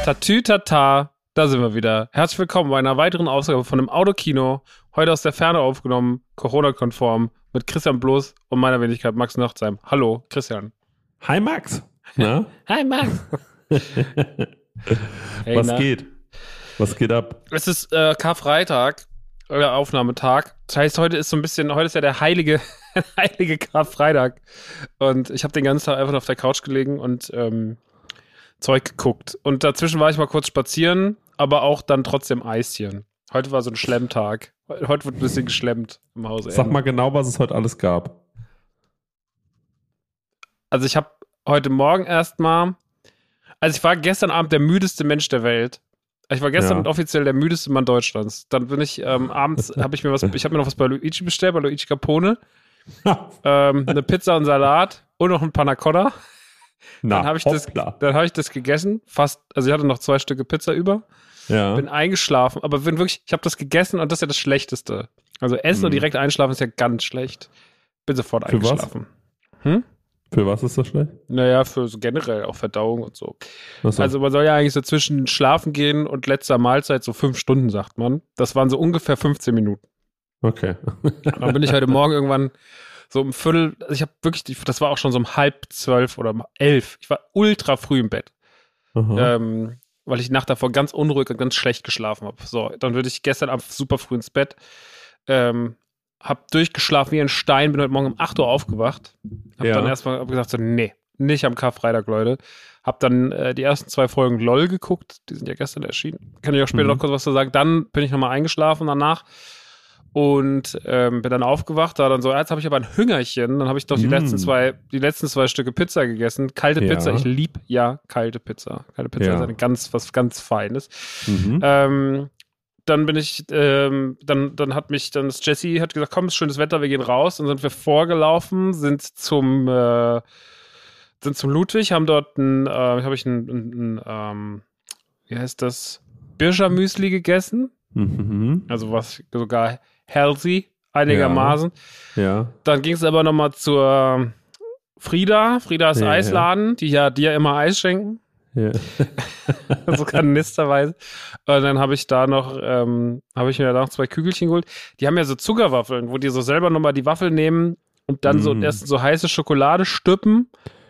Tatütata, da sind wir wieder. Herzlich willkommen bei einer weiteren Ausgabe von dem Autokino. Heute aus der Ferne aufgenommen, Corona-konform, mit Christian Bloß und meiner Wenigkeit Max Nachtsheim. Hallo, Christian. Hi, Max. Na? Hi, Max. Hey, Was geht? Was geht ab? Es ist Karfreitag, Aufnahmetag. Das heißt, heute ist ja der heilige Karfreitag. Und ich habe den ganzen Tag einfach auf der Couch gelegen und Zeug geguckt. Und dazwischen war ich mal kurz spazieren, aber auch dann trotzdem Eischen. Heute war so ein Schlemmtag. Heute wird ein bisschen geschlemmt im Hause. Sag mal genau, was es heute alles gab. Also ich habe heute Morgen ich war gestern Abend der müdeste Mensch der Welt. Ich war gestern offiziell der müdeste Mann Deutschlands. Dann bin ich abends, habe ich mir noch was bei Luigi bestellt, bei Luigi Capone. Eine Pizza und Salat und noch ein Panna Cotta. Dann habe ich das gegessen, also ich hatte noch 2 Stücke Pizza über, bin eingeschlafen, aber ich habe das gegessen und das ist ja das Schlechteste. Also essen und direkt einschlafen ist ja ganz schlecht. Bin sofort eingeschlafen. Für was ist das schlecht? Naja, für so generell auch Verdauung und so. Also man soll ja eigentlich so zwischen Schlafen gehen und letzter Mahlzeit so 5 Stunden, sagt man. Das waren so ungefähr 15 Minuten. Okay. Dann bin ich heute Morgen irgendwann so um Viertel, also ich habe wirklich, das war auch schon so um 11:30 oder um 11. Ich war ultra früh im Bett, weil ich die Nacht davor ganz unruhig und ganz schlecht geschlafen habe. So, dann würde ich gestern Abend super früh ins Bett, hab durchgeschlafen wie ein Stein, bin heute Morgen um 8 Uhr aufgewacht. Hab dann erstmal gesagt so, nee, nicht am Karfreitag, Leute. Hab dann die ersten 2 Folgen LOL geguckt, die sind ja gestern erschienen. Kann ich auch später noch kurz was zu sagen. Dann bin ich nochmal eingeschlafen danach. Und bin dann aufgewacht, da dann so, jetzt habe ich aber ein Hüngerchen. Dann habe ich noch die letzten zwei Stücke Pizza gegessen. Kalte Pizza, ich liebe kalte Pizza. Kalte Pizza ist was ganz Feines. Dann bin ich, dann ist Jessie hat gesagt, komm, ist schönes Wetter, wir gehen raus. Und sind wir vorgelaufen, sind zum Ludwig, haben dort wie heißt das, Birchermüsli gegessen. Also was sogar healthy einigermaßen. Ja. Dann ging es aber nochmal zur Frieda. Frieda ist Eisladen, die ja immer Eis schenken. Ja. So kanisterweise. Und dann habe ich mir noch 2 Kügelchen geholt. Die haben ja so Zuckerwaffeln, wo die so selber nochmal die Waffel nehmen und dann so erst so heiße Schokolade stüppen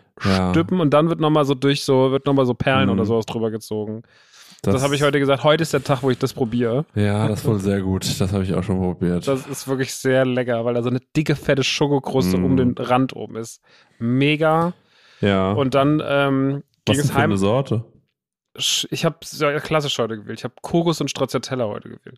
und dann wird nochmal so Perlen oder sowas drüber gezogen. Das habe ich heute gesagt. Heute ist der Tag, wo ich das probiere. Ja, das ist wohl sehr gut. Das habe ich auch schon probiert. Das ist wirklich sehr lecker, weil da so eine dicke, fette Schokokruste um den Rand oben ist. Mega. Ja. Und dann ging es heim. Was für eine Sorte? Ich habe klassisch heute gewählt. Ich habe Kokos und Stracciatella heute gewählt.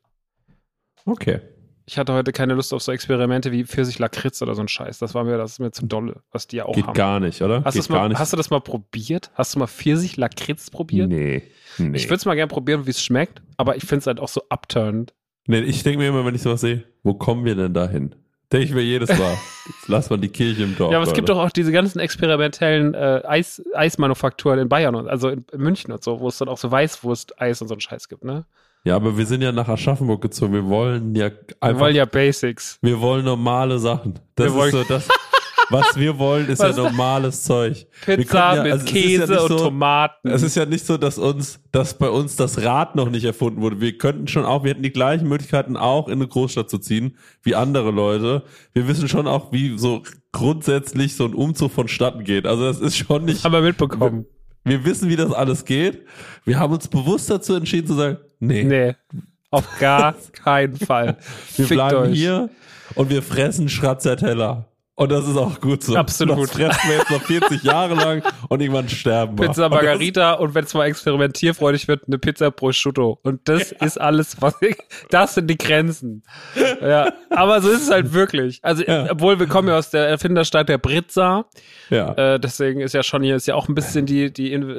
Okay. Ich hatte heute keine Lust auf so Experimente wie Pfirsich-Lakritz oder so ein Scheiß. Das ist mir zu dolle, was die ja auch haben. Geht gar nicht, oder? Hast du das mal probiert? Hast du mal Pfirsich-Lakritz probiert? Nee. Ich würde es mal gerne probieren, wie es schmeckt, aber ich finde es halt auch so upturned. Nee, ich denke mir immer, wenn ich sowas sehe, wo kommen wir denn da hin? Denke ich mir jedes Mal. Jetzt lass mal die Kirche im Dorf. Ja, aber es gibt doch auch diese ganzen experimentellen Eismanufakturen in Bayern, also in München und so, wo es dann auch so Weißwurst-Eis und so einen Scheiß gibt, ne? Ja, aber wir sind ja nach Aschaffenburg gezogen. Wir wollen ja Basics. Wir wollen normale Sachen. Das ist so das, was wir wollen, ist ja normales Zeug. Pizza mit Käse und Tomaten. Es ist ja nicht so, dass bei uns das Rad noch nicht erfunden wurde. Wir hätten die gleichen Möglichkeiten auch in eine Großstadt zu ziehen, wie andere Leute. Wir wissen schon auch, wie so grundsätzlich so ein Umzug vonstatten geht. Also das ist schon nicht... Haben wir mitbekommen. Wir wissen, wie das alles geht. Wir haben uns bewusst dazu entschieden zu sagen, nee, auf gar keinen Fall. Wir bleiben hier und wir fressen Stracciatella. Und das ist auch gut so. Absolut. Das fressen wir jetzt noch 40 Jahre lang und irgendwann sterben wir. Pizza Margarita und wenn es mal experimentierfreudig wird, eine Pizza Prosciutto. Und das ist alles, das sind die Grenzen. Ja, aber so ist es halt wirklich. Also, obwohl wir kommen ja aus der Erfinderstadt der Brizza. Ja. Deswegen ist ja schon hier, ist ja auch ein bisschen hier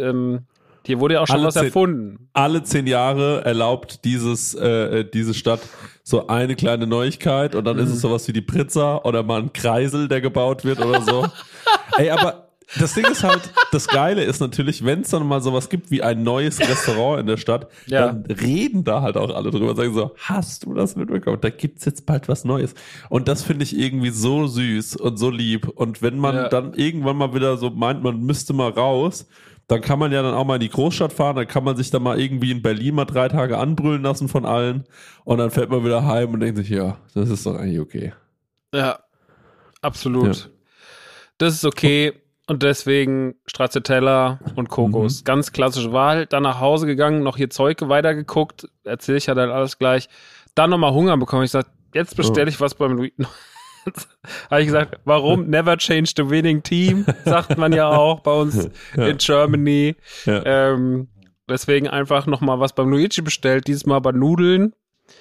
wurde ja auch schon was erfunden. Alle 10 Jahre erlaubt diese Stadt so eine kleine Neuigkeit und dann ist es sowas wie die Brizza oder mal ein Kreisel, der gebaut wird oder so. Ey, aber das Ding ist halt, das Geile ist natürlich, wenn es dann mal sowas gibt wie ein neues Restaurant in der Stadt, dann reden da halt auch alle drüber, sagen so, hast du das mitbekommen? Da gibt's jetzt bald was Neues. Und das finde ich irgendwie so süß und so lieb. Und wenn man dann irgendwann mal wieder so meint, man müsste mal raus, Dann kann man ja dann auch mal in die Großstadt fahren, dann kann man sich dann mal irgendwie in Berlin mal 3 Tage anbrüllen lassen von allen und dann fährt man wieder heim und denkt sich, ja, das ist doch eigentlich okay. Ja, absolut. Ja. Das ist okay und deswegen Stracciatella und Kokos. Ganz klassische Wahl. Dann nach Hause gegangen, noch hier Zeug weitergeguckt, erzähle ich ja dann alles gleich. Dann nochmal Hunger bekommen. Ich sage, jetzt bestelle ich was beim Louis. Habe ich gesagt, warum? Never change the winning team, sagt man ja auch bei uns in Germany. Ja. Deswegen einfach nochmal was beim Luigi bestellt, dieses Mal bei Nudeln.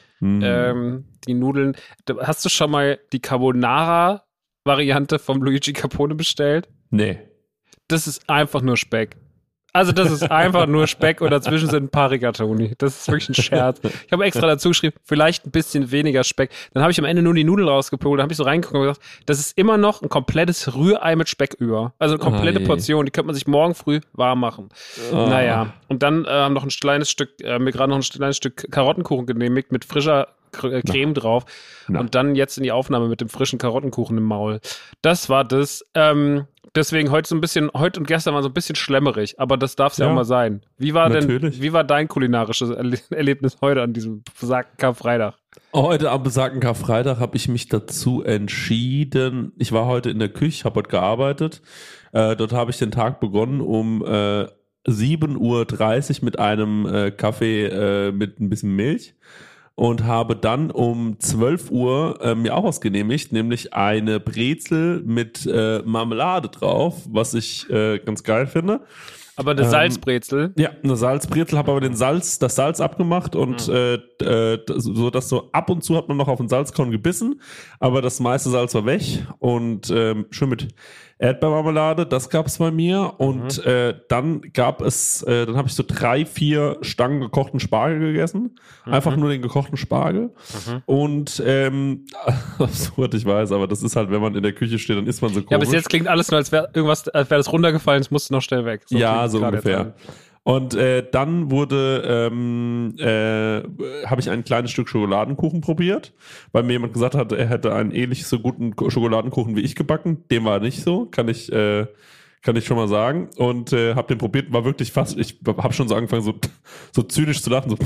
Die Nudeln, hast du schon mal die Carbonara-Variante vom Luigi Capone bestellt? Nee. Das ist einfach nur Speck. Also das ist einfach nur Speck und dazwischen sind ein paar Rigatoni. Das ist wirklich ein Scherz. Ich habe extra dazu geschrieben, vielleicht ein bisschen weniger Speck. Dann habe ich am Ende nur die Nudeln rausgepult, dann habe ich so reingeguckt und gesagt, das ist immer noch ein komplettes Rührei mit Speck über. Also eine komplette Portion, die könnte man sich morgen früh warm machen. Naja, und dann haben noch ein kleines Stück, mir gerade noch ein kleines Stück Karottenkuchen genehmigt mit frischer Creme drauf. Und dann jetzt in die Aufnahme mit dem frischen Karottenkuchen im Maul. Das war das. Deswegen heute und gestern war so ein bisschen schlemmerig, aber das darf es ja auch mal sein. Wie war dein kulinarisches Erlebnis heute an diesem besagten Karfreitag? Heute am besagten Karfreitag habe ich mich dazu entschieden, ich war heute in der Küche, habe heute gearbeitet, dort habe ich den Tag begonnen um 7:30 Uhr mit einem Kaffee mit ein bisschen Milch. Und habe dann um 12 Uhr mir auch was genehmigt, nämlich eine Brezel mit Marmelade drauf, was ich ganz geil finde. Aber eine Salzbrezel? Ja, eine Salzbrezel, habe aber das Salz abgemacht und so dass so ab und zu hat man noch auf den Salzkorn gebissen, aber das meiste Salz war weg und schön mit Erdbeermarmelade, das gab's bei mir und dann habe ich so 3-4 Stangen gekochten Spargel gegessen, einfach nur den gekochten Spargel und absurd, ich weiß, aber das ist halt, wenn man in der Küche steht, dann ist man so komisch. Ja, bis jetzt klingt alles nur, als wäre das runtergefallen, es musste noch schnell weg. So ja, so ungefähr. Und dann habe ich ein kleines Stück Schokoladenkuchen probiert, weil mir jemand gesagt hat, er hätte einen ähnlich so guten Schokoladenkuchen wie ich gebacken. Dem war nicht so, kann ich schon mal sagen. Und habe den probiert, war wirklich fast, ich habe schon so angefangen, so zynisch zu lachen.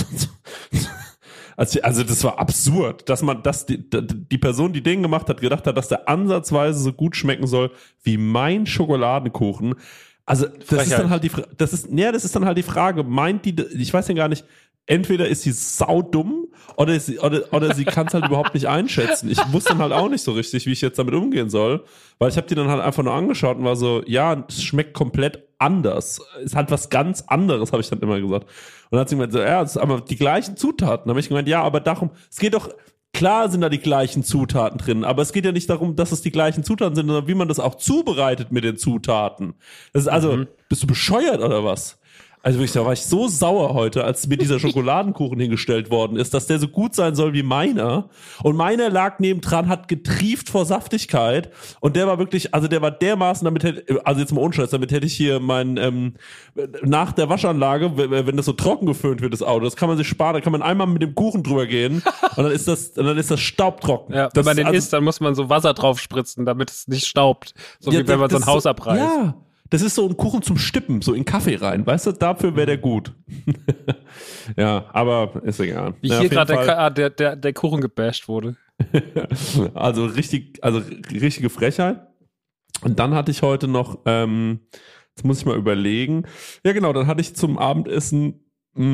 Also das war absurd, dass die Person, die den gemacht hat, gedacht hat, dass der ansatzweise so gut schmecken soll wie mein Schokoladenkuchen. Also das ist dann halt das ist dann halt die Frage, meint die, ich weiß ja gar nicht, entweder ist sie saudumm oder sie kann es halt überhaupt nicht einschätzen. Ich wusste dann halt auch nicht so richtig, wie ich jetzt damit umgehen soll, weil ich habe die dann halt einfach nur angeschaut und war so, ja, es schmeckt komplett anders. Es hat was ganz anderes, habe ich dann immer gesagt. Und dann hat sie gemeint, so, ja, es ist aber die gleichen Zutaten. Dann habe ich gemeint, ja, aber darum, es geht doch, klar sind da die gleichen Zutaten drin, aber es geht ja nicht darum, dass es die gleichen Zutaten sind, sondern wie man das auch zubereitet mit den Zutaten. Das ist also, bist du bescheuert oder was? Also wirklich, da war ich so sauer heute, als mir dieser Schokoladenkuchen hingestellt worden ist, dass der so gut sein soll wie meiner. Und meiner lag nebendran, hat getrieft vor Saftigkeit. Und der war wirklich, also der war dermaßen, also jetzt mal unscheiß, damit hätte ich hier nach der Waschanlage, wenn das so trocken geföhnt wird, das Auto, das kann man sich sparen, da kann man einmal mit dem Kuchen drüber gehen und dann ist das staubtrocken. Ja, wenn man den isst, dann muss man so Wasser drauf spritzen, damit es nicht staubt. So wie wenn man so ein Haus abreißt. Ja. Das ist so ein Kuchen zum Stippen, so in Kaffee rein. Weißt du, dafür wäre der gut. Ja, aber ist egal. Wie hier gerade der Kuchen gebasht wurde. Also richtige Frechheit. Und dann hatte ich heute noch, jetzt muss ich mal überlegen. Ja genau, dann hatte ich zum Abendessen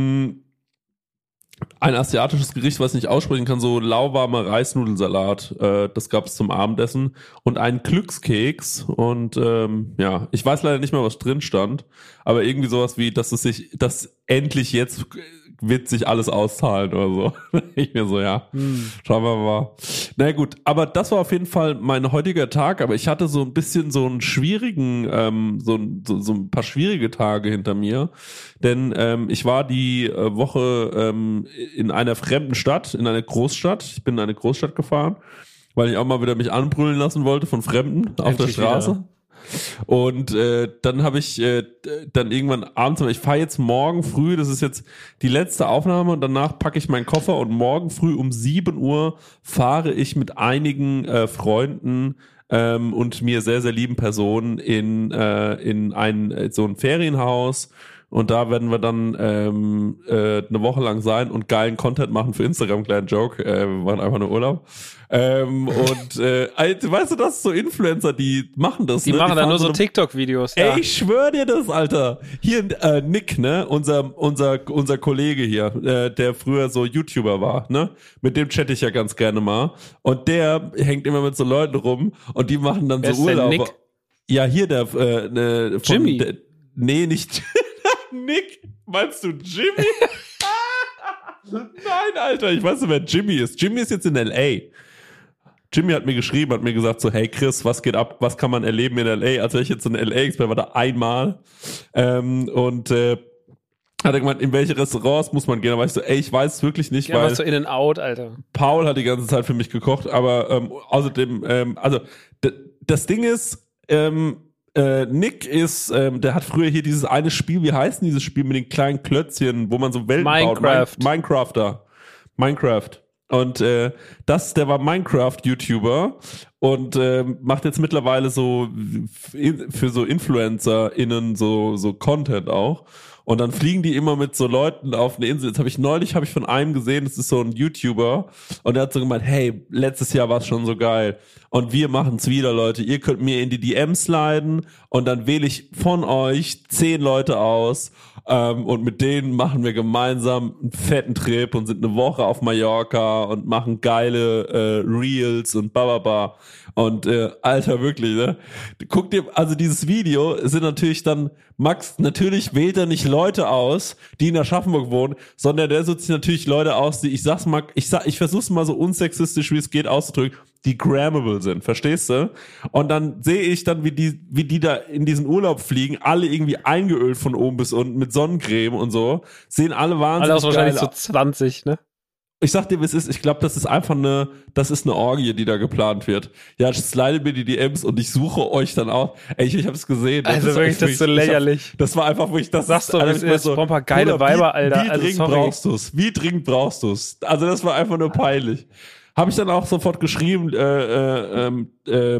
ein asiatisches Gericht, was ich nicht aussprechen kann, so lauwarmer Reisnudelsalat. Das gab es zum Abendessen und einen Glückskeks und ja, ich weiß leider nicht mehr, was drin stand, aber irgendwie sowas wie, dass endlich jetzt wird sich alles auszahlen oder so. Ich mir so, ja, schauen wir mal. Na gut, aber das war auf jeden Fall mein heutiger Tag, aber ich hatte so ein bisschen so einen schwierigen, so ein paar schwierige Tage hinter mir, denn ich war die Woche in einer fremden Stadt, in einer Großstadt. Ich bin in eine Großstadt gefahren, weil ich auch mal wieder mich anbrüllen lassen wollte von Fremden auf der Straße. Wieder. Und dann habe ich dann irgendwann abends, ich fahre jetzt morgen früh, das ist jetzt die letzte Aufnahme und danach packe ich meinen Koffer und morgen früh um 7 Uhr fahre ich mit einigen Freunden und mir sehr, sehr lieben Personen in so ein Ferienhaus. Und da werden wir dann eine Woche lang sein und geilen Content machen für Instagram, kleinen Joke. Wir machen einfach nur Urlaub. Weißt du, das ist so Influencer, die machen das. Die machen dann nur so TikTok-Videos. Ja. Ey, ich schwör dir das, Alter. Hier Nick, ne, unser Kollege hier, der früher so YouTuber war, ne, mit dem chatte ich ja ganz gerne mal. Und der hängt immer mit so Leuten rum und die machen dann so Urlaub. Nick? Ja, hier von Jimmy. Nee, nicht Nick, meinst du Jimmy? Nein, Alter, ich weiß nicht, wer Jimmy ist. Jimmy ist jetzt in L.A. Jimmy hat mir geschrieben, hat mir gesagt so, hey Chris, was geht ab, was kann man erleben in L.A.? Also ich jetzt in L.A. war da einmal hat er gemeint, in welche Restaurants muss man gehen? Da war ich so, ey, ich weiß es wirklich nicht, weil so in and out, Alter. Paul hat die ganze Zeit für mich gekocht, aber außerdem, das Ding ist, Nick ist, der hat früher hier dieses eine Spiel, wie heißt denn dieses Spiel mit den kleinen Klötzchen, wo man so Welten baut? Minecraft. Und der war Minecraft-YouTuber und macht jetzt mittlerweile so für so InfluencerInnen so Content auch. Und dann fliegen die immer mit so Leuten auf eine Insel. Jetzt habe ich von einem gesehen, das ist so ein YouTuber. Und der hat so gemeint, hey, letztes Jahr war es schon so geil. Und wir machen es wieder, Leute. Ihr könnt mir in die DMs sliden und dann wähle ich von euch 10 Leute aus. Und mit denen machen wir gemeinsam einen fetten Trip und sind eine Woche auf Mallorca und machen geile Reels und bababa. Und Alter, wirklich, ne? Guck dir, also dieses Video sind natürlich dann, Max, natürlich wählt er nicht Leute aus, die in Aschaffenburg wohnen, sondern der sucht sich natürlich Leute aus, die, ich versuch's mal so unsexistisch wie es geht auszudrücken, die grammable sind, verstehst du? Und dann sehe ich dann, wie die da in diesen Urlaub fliegen, alle irgendwie eingeölt von oben bis unten mit Sonnencreme und so, sehen alle wahnsinnig alle aus wahrscheinlich so 20, ne? Ich sag dir, wie es ist, ich glaube, das ist einfach eine Orgie, die da geplant wird. Ja, slide mir die DMs und ich suche euch dann auch. Ey, ich hab's gesehen. Also wirklich, das ist so lächerlich. Das war einfach, wo ich das sagst du, es ist so, ein paar geile Weiber, Alter. Wie dringend brauchst du's? Wie dringend brauchst du's? Also das war einfach nur peinlich. Habe ich dann auch sofort geschrieben an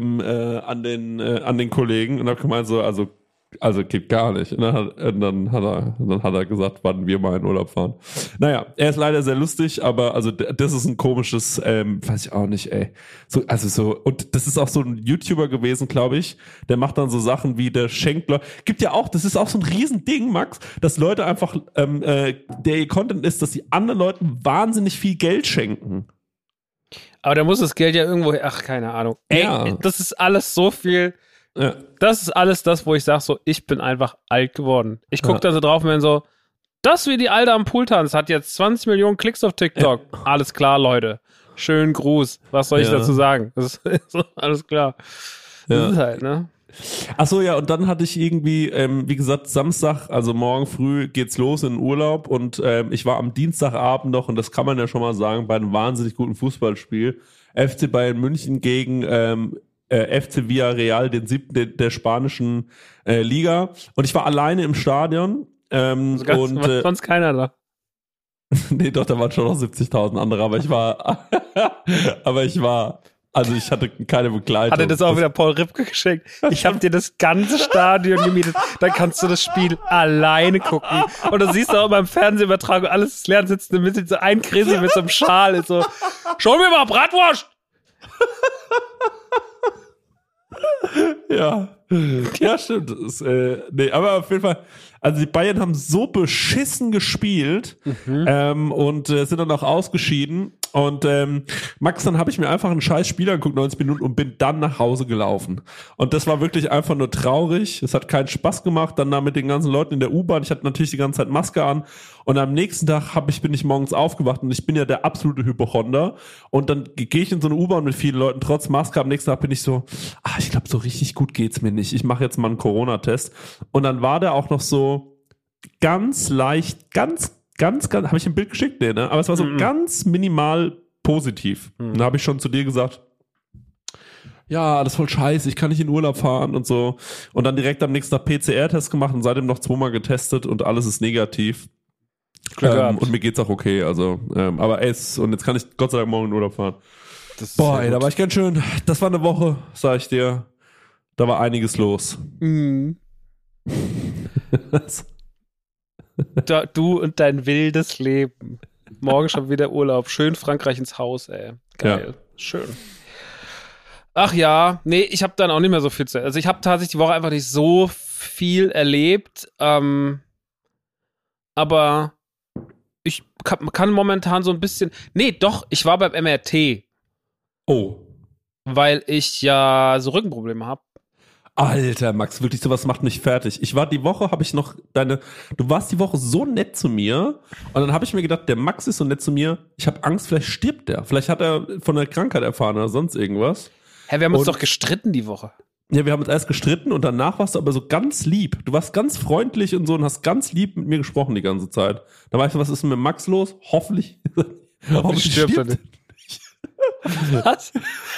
den Kollegen und habe gemeint so, also geht gar nicht. Und dann hat er gesagt, wann wir mal in Urlaub fahren. Naja, er ist leider sehr lustig, aber also das ist ein komisches, weiß ich auch nicht, ey. Und das ist auch so ein YouTuber gewesen, glaube ich. Der macht dann so Sachen wie der schenkt Leute. Gibt ja auch, das ist auch so ein Riesending, Max, dass Leute einfach, der ihr Content ist, dass sie anderen Leuten wahnsinnig viel Geld schenken. Aber da muss das Geld ja irgendwo, keine Ahnung. Ey, ja. Das ist alles so viel. Ja. Das ist alles das, wo ich sage so, ich bin einfach alt geworden. Ich gucke da so drauf und bin so, das wie die Alte am Pool tanzt, hat jetzt 20 Millionen Klicks auf TikTok. Ja. Alles klar, Leute. Schönen Gruß. Was soll ich dazu sagen? Das ist so, alles klar. Das ist halt, ne? Ach so, ja, und dann hatte ich irgendwie, wie gesagt, Samstag, also morgen früh geht's los in den Urlaub und ich war am Dienstagabend noch, und das kann man ja schon mal sagen, bei einem wahnsinnig guten Fußballspiel, FC Bayern München gegen FC Villarreal, den 7. der spanischen Liga, und ich war alleine im Stadion. War sonst keiner da? Nee, doch, da waren schon noch 70.000 andere, aber ich hatte keine Begleitung. Hat er das auch wieder Paul Ripke geschenkt? Ich habe dir das ganze Stadion gemietet, dann kannst du das Spiel alleine gucken. Und du siehst auch beim Fernsehübertragung, alles ist leer, sitzt in der Mitte so ein Chrissy mit so einem Schal, ist so, schau mir mal Bratwurst! Ja, stimmt. Aber auf jeden Fall, also die Bayern haben so beschissen gespielt und sind dann auch ausgeschieden. Und Max, dann habe ich mir einfach einen scheiß Spiel angeguckt, 90 Minuten, und bin dann nach Hause gelaufen. Und das war wirklich einfach nur traurig. Es hat keinen Spaß gemacht. Dann da mit den ganzen Leuten in der U-Bahn. Ich hatte natürlich die ganze Zeit Maske an. Und am nächsten Tag bin ich morgens aufgewacht, und ich bin ja der absolute Hypochonder. Und dann gehe ich in so eine U-Bahn mit vielen Leuten, trotz Maske. Am nächsten Tag bin ich so, ich glaube, so richtig gut geht's mir nicht. Ich mache jetzt mal einen Corona-Test. Und dann war der auch noch so ganz leicht, ganz, habe ich ein Bild geschickt? Nee, ne? Aber es war so ganz minimal positiv. Und da habe ich schon zu dir gesagt, ja, das ist voll scheiße, ich kann nicht in Urlaub fahren und so. Und dann direkt am nächsten Tag PCR-Test gemacht und seitdem noch 2-mal getestet und alles ist negativ. Und mir geht's auch okay, also, aber und jetzt kann ich Gott sei Dank morgen in Urlaub fahren. Boah, ey, da war ich ganz schön. Das war eine Woche, sag ich dir. Da war einiges los. Mhm. Du und dein wildes Leben. Morgen schon wieder Urlaub. Schön Frankreich ins Haus, ey. Geil. Ja. Schön. Ach ja, nee, ich habe dann auch nicht mehr so viel zu. Also ich habe tatsächlich die Woche einfach nicht so viel erlebt. Aber ich kann momentan so ein bisschen. Nee, doch, ich war beim MRT. Oh. Weil ich ja so Rückenprobleme habe. Alter, Max, wirklich, sowas macht mich fertig. Du warst die Woche so nett zu mir und dann habe ich mir gedacht, der Max ist so nett zu mir, ich habe Angst, vielleicht stirbt der. Vielleicht hat er von der Krankheit erfahren oder sonst irgendwas. Hä, wir haben uns doch gestritten die Woche. Ja, wir haben uns erst gestritten und danach warst du aber so ganz lieb. Du warst ganz freundlich und so und hast ganz lieb mit mir gesprochen die ganze Zeit. Da war ich so, was ist denn mit Max los? Hoffentlich stirbt er nicht. Was?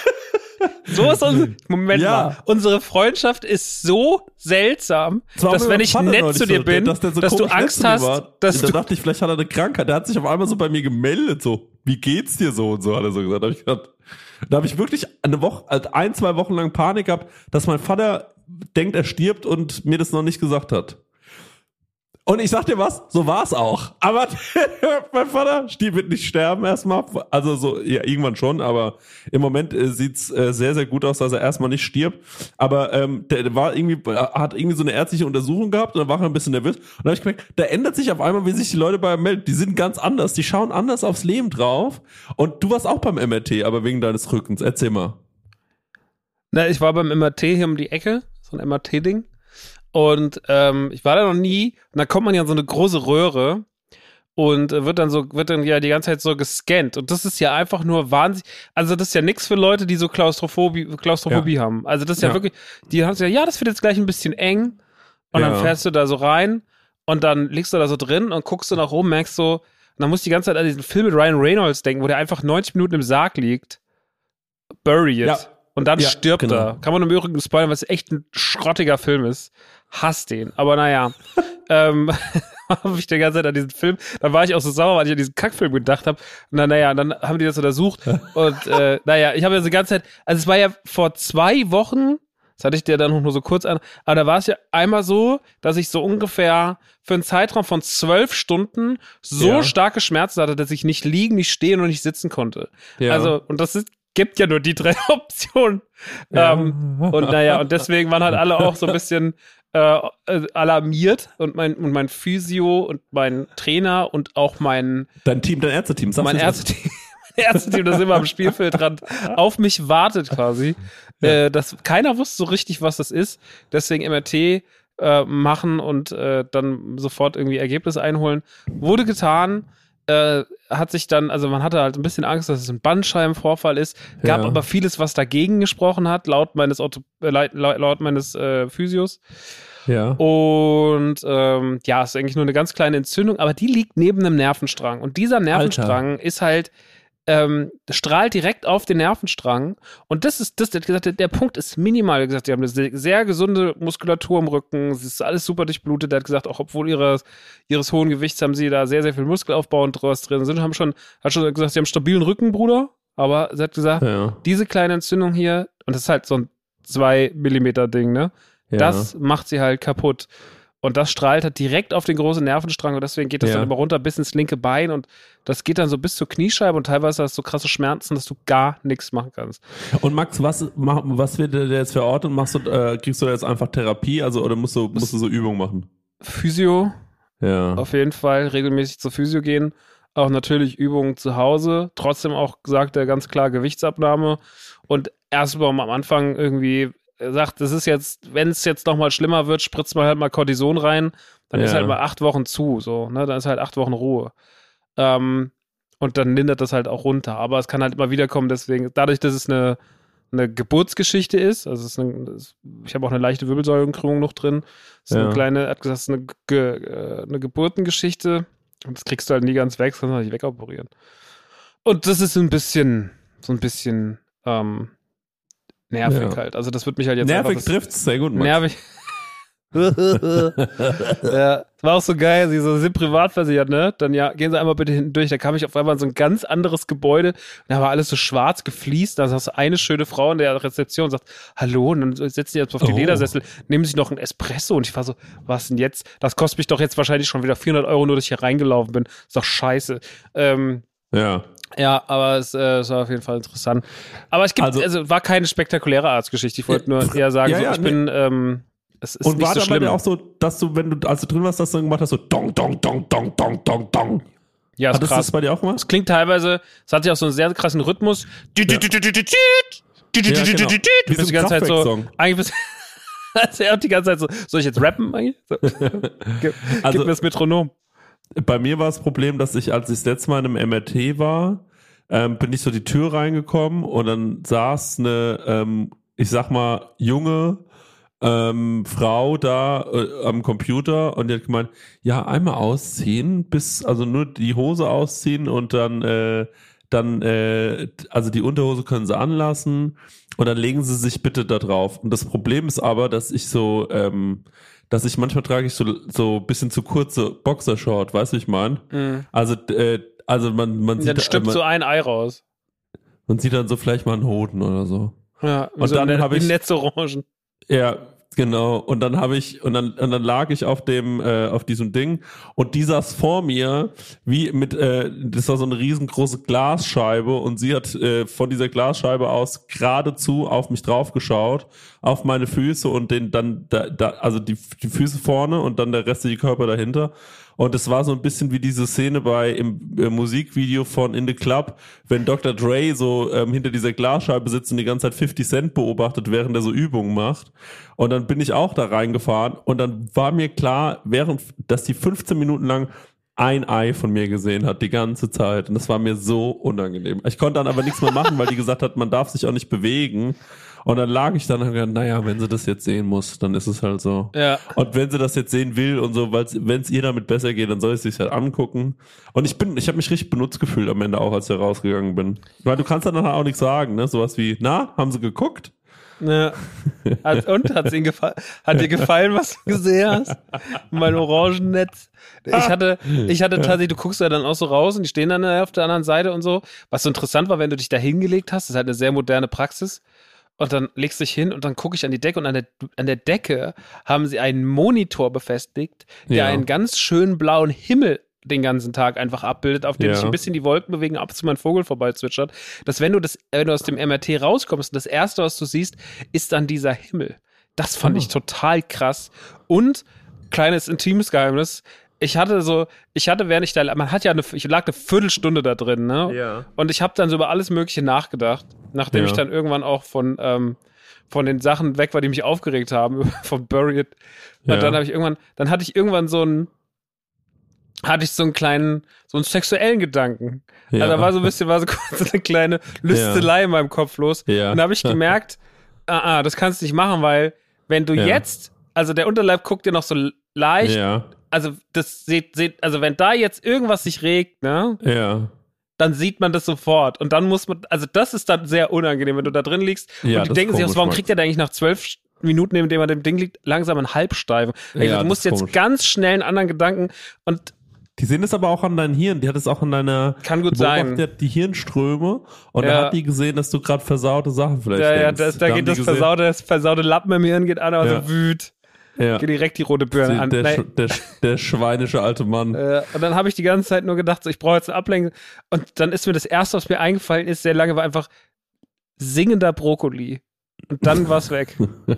So ist unsere Freundschaft ist so seltsam, dass wenn ich nett zu dir bin, dass du Angst hast, da dachte ich, vielleicht hat er eine Krankheit. Der hat sich auf einmal so bei mir gemeldet, so, wie geht's dir so und so, hat er so gesagt. Da habe ich wirklich eine Woche, also 1-2 Wochen lang Panik gehabt, dass mein Vater denkt, er stirbt und mir das noch nicht gesagt hat. Und ich sag dir was, so war's auch. Aber mein Vater wird nicht sterben erstmal. Also so, ja, irgendwann schon, aber im Moment sieht's sehr, sehr gut aus, dass er erstmal nicht stirbt. Aber der hat irgendwie so eine ärztliche Untersuchung gehabt und dann war er ein bisschen nervös. Und dann habe ich gemerkt, da ändert sich auf einmal, wie sich die Leute bei ihm melden. Die sind ganz anders, die schauen anders aufs Leben drauf. Und du warst auch beim MRT, aber wegen deines Rückens. Erzähl mal. Na, ich war beim MRT hier um die Ecke, so ein MRT-Ding. Und ich war da noch nie. Und da kommt man ja in so eine große Röhre und wird dann ja die ganze Zeit so gescannt. Und das ist ja einfach nur wahnsinnig. Also das ist ja nichts für Leute, die so Klaustrophobie haben. Also das ist ja wirklich, die haben ja, das wird jetzt gleich ein bisschen eng. Und dann fährst du da so rein und dann liegst du da so drin und guckst du nach oben, merkst so, und dann musst du die ganze Zeit an diesen Film mit Ryan Reynolds denken, wo der einfach 90 Minuten im Sarg liegt. Buried. Ja. Und dann stirbt er. Kann man im Übrigen spoilern, weil es echt ein schrottiger Film ist. Hass den. Aber naja. Habe ich die ganze Zeit an diesen Film, dann war ich auch so sauer, weil ich an diesen Kackfilm gedacht habe. Und dann haben die das untersucht. Und ich habe ja so die ganze Zeit, also es war ja vor 2 Wochen, das hatte ich dir dann nur so kurz an, aber da war es ja einmal so, dass ich so ungefähr für einen Zeitraum von 12 Stunden so starke Schmerzen hatte, dass ich nicht liegen, nicht stehen und nicht sitzen konnte. Ja. Also, und gibt ja nur die 3 Optionen. Ja. Und deswegen waren halt alle auch so ein bisschen alarmiert und mein Physio und mein Trainer und auch dein Ärzteteam, mein Ärzteteam, das immer am Spielfeldrand auf mich wartet quasi. Ja. Dass keiner wusste so richtig, was das ist. Deswegen MRT machen und dann sofort irgendwie Ergebnisse einholen. Wurde getan. Hat sich dann, also man hatte halt ein bisschen Angst, dass es ein Bandscheibenvorfall ist, gab aber vieles, was dagegen gesprochen hat, laut meines Physios. Ja. Und es ist eigentlich nur eine ganz kleine Entzündung, aber die liegt neben einem Nervenstrang. Und dieser Nervenstrang ist halt, strahlt direkt auf den Nervenstrang. Und der hat gesagt, der Punkt ist minimal. Gesagt, die haben eine sehr, sehr gesunde Muskulatur im Rücken. Es ist alles super durchblutet. Der hat gesagt, auch obwohl ihres hohen Gewichts haben sie da sehr, sehr viel Muskelaufbau und was drin sind. Hat schon gesagt, sie haben einen stabilen Rücken, Bruder. Aber sie hat gesagt, diese kleine Entzündung hier, und das ist halt so ein 2 Millimeter Ding, ne? Ja. Das macht sie halt kaputt. Und das strahlt halt direkt auf den großen Nervenstrang und deswegen geht das dann immer runter bis ins linke Bein und das geht dann so bis zur Kniescheibe und teilweise hast du so krasse Schmerzen, dass du gar nichts machen kannst. Und Max, was wird der jetzt verortet? Kriegst du da jetzt einfach Therapie, also oder musst du so Übungen machen? Physio, auf jeden Fall regelmäßig zur Physio gehen, auch natürlich Übungen zu Hause, trotzdem auch sagt er ganz klar Gewichtsabnahme und erstmal am Anfang irgendwie sagt, das ist jetzt, wenn es jetzt nochmal schlimmer wird, spritzt man halt mal Cortison rein, dann ist halt mal 8 Wochen zu, so, ne, dann ist halt 8 Wochen Ruhe. Und dann lindert das halt auch runter, aber es kann halt immer wieder kommen, deswegen, dadurch, dass es eine Geburtsgeschichte ist, also ich habe auch eine leichte Wirbelsäulenkrümmung noch drin, das ist eine kleine, hat gesagt, es ist eine Geburtengeschichte und das kriegst du halt nie ganz weg, das kannst du halt nicht wegoperieren. Und das ist so ein bisschen nervig halt. Also das wird mich halt jetzt nervig trifft's sehr gut, Max. Nervig. Ja, war auch so geil, sie so, sind privat versichert, ne? Dann ja, gehen Sie einmal bitte hinten durch. Da kam ich auf einmal in so ein ganz anderes Gebäude. Da war alles so schwarz gefliest. Da saß eine schöne Frau in der Rezeption und sagt, hallo, und dann setzen Sie jetzt auf die Ledersessel, nehmen Sie noch einen Espresso. Und ich war so, was denn jetzt? Das kostet mich doch jetzt wahrscheinlich schon wieder 400 €, nur dass ich hier reingelaufen bin. Ist doch scheiße. Ja. Ja, aber es war auf jeden Fall interessant. Aber also war keine spektakuläre Arztgeschichte. Ich wollte nur eher sagen, bin, es ist und nicht war so dann bei schlimm. dir auch so, dass du, als du drin warst, dass du dann gemacht hast, so dong, dong, dong, dong, dong, dong, dong. Ja, ist krass. Hast du das bei dir auch gemacht? Es klingt teilweise, es hat ja auch so einen sehr krassen Rhythmus. Wie so die ganze Zeit so, eigentlich bist also die ganze Zeit so, soll ich jetzt rappen eigentlich? So. Gib mir das Metronom. Bei mir war das Problem, dass ich, als ich das letzte Mal in einem MRT war, bin ich so die Tür reingekommen und dann saß eine, ich sag mal, junge Frau da am Computer und die hat gemeint, ja, einmal ausziehen, also nur die Hose ausziehen und dann also die Unterhose können sie anlassen und dann legen sie sich bitte da drauf. Und das Problem ist aber, dass ich manchmal trage ich so ein bisschen zu kurze Boxershort, weißt du, ich meine? Mhm. Also man sieht dann stimmt so ein Ei raus. Man sieht dann so vielleicht mal einen Hoden oder so. Ja, und so dann habe ich Netzorangen. Ja, genau. Und dann dann lag ich auf diesem Ding und die saß vor mir das war so eine riesengroße Glasscheibe und sie hat von dieser Glasscheibe aus geradezu auf mich drauf geschaut, auf meine Füße und also die Füße vorne und dann der restliche Körper dahinter. Und es war so ein bisschen wie diese Szene im Musikvideo von In the Club, wenn Dr. Dre so hinter dieser Glasscheibe sitzt und die ganze Zeit 50 Cent beobachtet, während er so Übungen macht. Und dann bin ich auch da reingefahren und dann war mir klar, dass die 15 Minuten lang ein Ei von mir gesehen hat, die ganze Zeit. Und das war mir so unangenehm. Ich konnte dann aber nichts mehr machen, weil die gesagt hat, man darf sich auch nicht bewegen. Und dann lag ich dann und gedacht, naja, wenn sie das jetzt sehen muss, dann ist es halt so. Ja. Und wenn sie das jetzt sehen will und so, wenn es ihr damit besser geht, dann soll ich es sich halt angucken. Und ich habe mich richtig benutzt gefühlt am Ende auch, als ich rausgegangen bin. Weil du kannst dann nachher auch nichts sagen, ne? Sowas wie, haben sie geguckt? Ja. Hat dir gefallen, was du gesehen hast? Mein Orangennetz. Ich hatte tatsächlich, du guckst ja dann auch so raus und die stehen dann auf der anderen Seite und so. Was so interessant war, wenn du dich da hingelegt hast, das ist halt eine sehr moderne Praxis. Und dann legst du dich hin und dann gucke ich an die Decke und an der Decke haben sie einen Monitor befestigt, der einen ganz schönen blauen Himmel den ganzen Tag einfach abbildet, auf dem sich ein bisschen die Wolken bewegen, ab und zu mal ein Vogel vorbeizwitschert, dass wenn du aus dem MRT rauskommst, das Erste, was du siehst, ist dann dieser Himmel. Das fand ich total krass. Und, kleines intimes Geheimnis, ich lag eine Viertelstunde da drin, ne? Ja. Und ich habe dann so über alles Mögliche nachgedacht, nachdem ich dann irgendwann auch von den Sachen weg war, die mich aufgeregt haben, von Buried. Und dann hatte ich irgendwann so einen sexuellen Gedanken. Ja. Also da war so kurz eine kleine Lüstelei in meinem Kopf los. Ja. Und da habe ich gemerkt, das kannst du nicht machen, weil wenn du jetzt, also der Unterleib guckt dir noch so leicht, also wenn da jetzt irgendwas sich regt, ne? Ja. Dann sieht man das sofort. Und dann muss man, also das ist dann sehr unangenehm, wenn du da drin liegst und die denken sich, warum kriegt der da eigentlich nach 12 Minuten, neben dem er dem Ding liegt, langsam einen Halbsteifen? Du musst jetzt ganz schnell einen anderen Gedanken und die sehen es aber auch an deinem Hirn, die hat es auch an deiner... Kann gut sein. Die Hirnströme und da hat die gesehen, dass du gerade versaute Sachen vielleicht denkst. Da geht das versaute Lappen im Hirn geht an, aber so wüt. Ja. Geht direkt die rote Birne an. Der schweinische alte Mann. Und dann habe ich die ganze Zeit nur gedacht, so, ich brauche jetzt eine Ablenkung. Und dann ist mir das Erste, was mir eingefallen ist, sehr lange, war einfach singender Brokkoli. Und dann war es weg.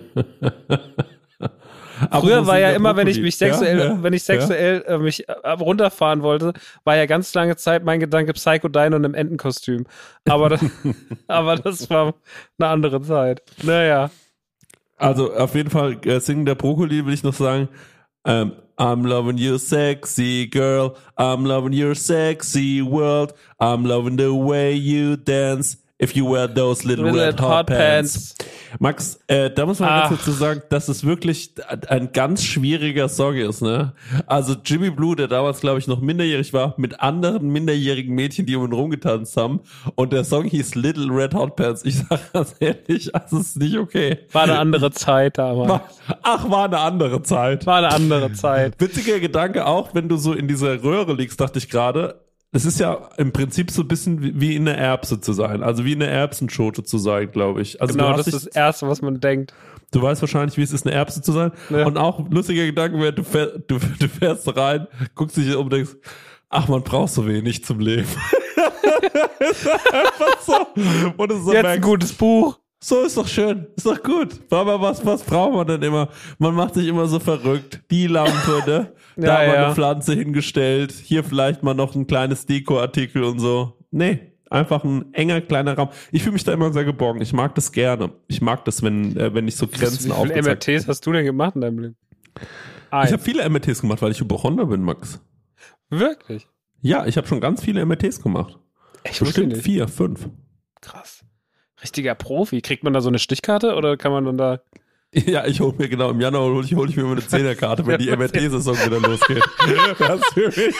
Früher war ja immer, wenn ich mich sexuell, mich runterfahren wollte, war ja ganz lange Zeit mein Gedanke Psycho Dino in einem Entenkostüm. Aber das war eine andere Zeit. Naja. Also auf jeden Fall singender Brokkoli will ich noch sagen, I'm loving you sexy girl, I'm loving your sexy world, I'm loving the way you dance, if you wear those little red hot pants. Max, da muss man ganz dazu sagen, dass es wirklich ein ganz schwieriger Song ist, ne? Also Jimmy Blue, der damals, glaube ich, noch minderjährig war, mit anderen minderjährigen Mädchen, die um ihn rumgetanzt haben. Und der Song hieß Little Red Hot Pants. Ich sag ganz ehrlich, das ist nicht okay. War eine andere Zeit damals. War eine andere Zeit. War eine andere Zeit. Witziger Gedanke auch, wenn du so in dieser Röhre liegst, dachte ich gerade, es ist ja im Prinzip so ein bisschen wie in der Erbse zu sein, also wie in der Erbsenschote zu sein, glaube ich. Also genau, das ist das Erste, was man denkt. Du weißt wahrscheinlich, wie es ist, eine Erbse zu sein. Ja. Und auch lustiger Gedanke wäre, du fährst rein, guckst dich um und denkst, ach, man braucht so wenig zum Leben. Einfach so. Und du so jetzt merkst, ein gutes Buch. So ist doch schön, ist doch gut. Aber was braucht man denn immer? Man macht sich immer so verrückt. Die Lampe, ne? Da mal eine Pflanze hingestellt. Hier vielleicht mal noch ein kleines Dekoartikel und so. Nee, einfach ein enger, kleiner Raum. Ich fühle mich da immer sehr geborgen. Ich mag das gerne. Ich mag das, wenn ich so Grenzen aufgezeigt. Wie viele MRTs hast du denn gemacht in deinem Leben? Ich habe viele MRTs gemacht, weil ich Hypochonder bin, Max. Wirklich? Ja, ich habe schon ganz viele MRTs gemacht. Ich bestimmt 4, 5. Krass. Richtiger Profi. Kriegt man da so eine Stichkarte oder kann man dann da... Ja, ich hol mir genau, im Januar hol ich mir immer eine 10er-Karte, wenn die MRT-Saison wieder losgeht. Das ist für mich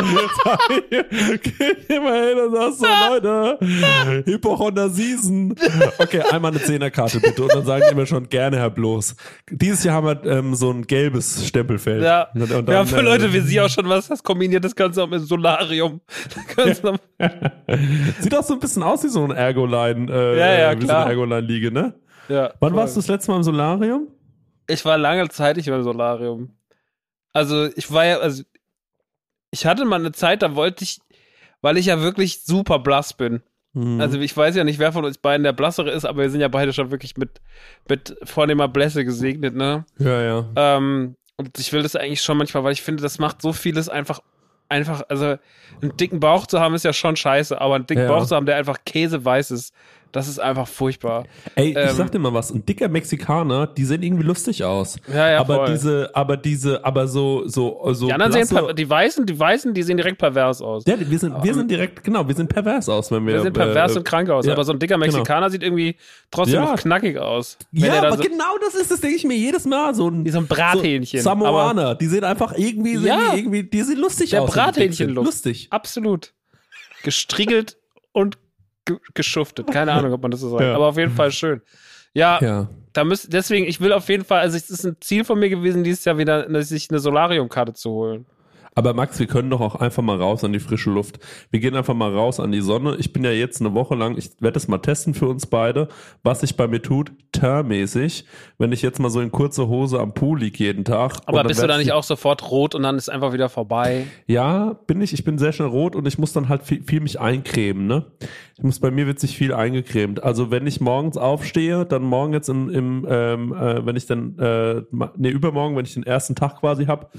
immer hin und sagst so, Leute, Hypochonder Season. Okay, einmal eine 10er-Karte bitte. Und dann sagen die mir schon, gerne, Herr Bloß. Dieses Jahr haben wir so ein gelbes Stempelfeld. Ja, und dann, ja, für Leute wie Sie auch schon was, das kombiniert das Ganze auch mit Solarium. Sieht auch so ein bisschen aus wie so ein Ergoline, ja, wie klar. so eine Ergoline-Liege, ne? Ja, wann warst du das letzte Mal im Solarium? Ich war lange Zeit nicht mehr im Solarium. Also ich hatte mal eine Zeit, da wollte ich, weil ich ja wirklich super blass bin. Also ich weiß ja nicht, wer von uns beiden der Blassere ist, aber wir sind ja beide schon wirklich mit vornehmer Blässe gesegnet, ne? Ja. Und ich will das eigentlich schon manchmal, weil ich finde, das macht so vieles einfach, also einen dicken Bauch zu haben ist ja schon scheiße, aber einen dicken Bauch zu haben, der einfach käseweiß ist, das ist einfach furchtbar. Ey, ich sag dir mal was, ein dicker Mexikaner, die sehen irgendwie lustig aus. Ja, aber voll. aber so die anderen sehen, die Weißen, die sehen direkt pervers aus. Ja, wir sind direkt, genau, wir sind pervers aus, wenn wir. Wir sehen pervers und krank aus, aber so ein dicker Mexikaner sieht irgendwie trotzdem noch knackig aus. Ja, aber genau das ist es, denke ich mir jedes Mal. Wie so ein Brathähnchen. So Samoaner, die sehen einfach irgendwie, die sehen lustig aus. Der Brathähnchen-Look. Lustig. Absolut. Gestriegelt und geschuftet. Keine Ahnung, ob man das so sagt. Aber auf jeden Fall schön. Ja. Deswegen, ich will auf jeden Fall, also es ist ein Ziel von mir gewesen, dieses Jahr wieder sich eine Solarium-Karte zu holen. Aber Max, wir können doch auch einfach mal raus an die frische Luft. Wir gehen einfach mal raus an die Sonne. Ich bin ja jetzt eine Woche lang, ich werde es mal testen für uns beide, was sich bei mir tut, termäßig, wenn ich jetzt mal so in kurzer Hose am Pool liege jeden Tag. Aber bist du da nicht auch sofort rot und dann ist einfach wieder vorbei? Ja, bin ich. Ich bin sehr schnell rot und ich muss dann halt viel mich eincremen, ne? Bei mir wird sich viel eingecremt. Also wenn ich morgens aufstehe, dann morgen jetzt wenn ich dann, übermorgen, wenn ich den ersten Tag quasi habe,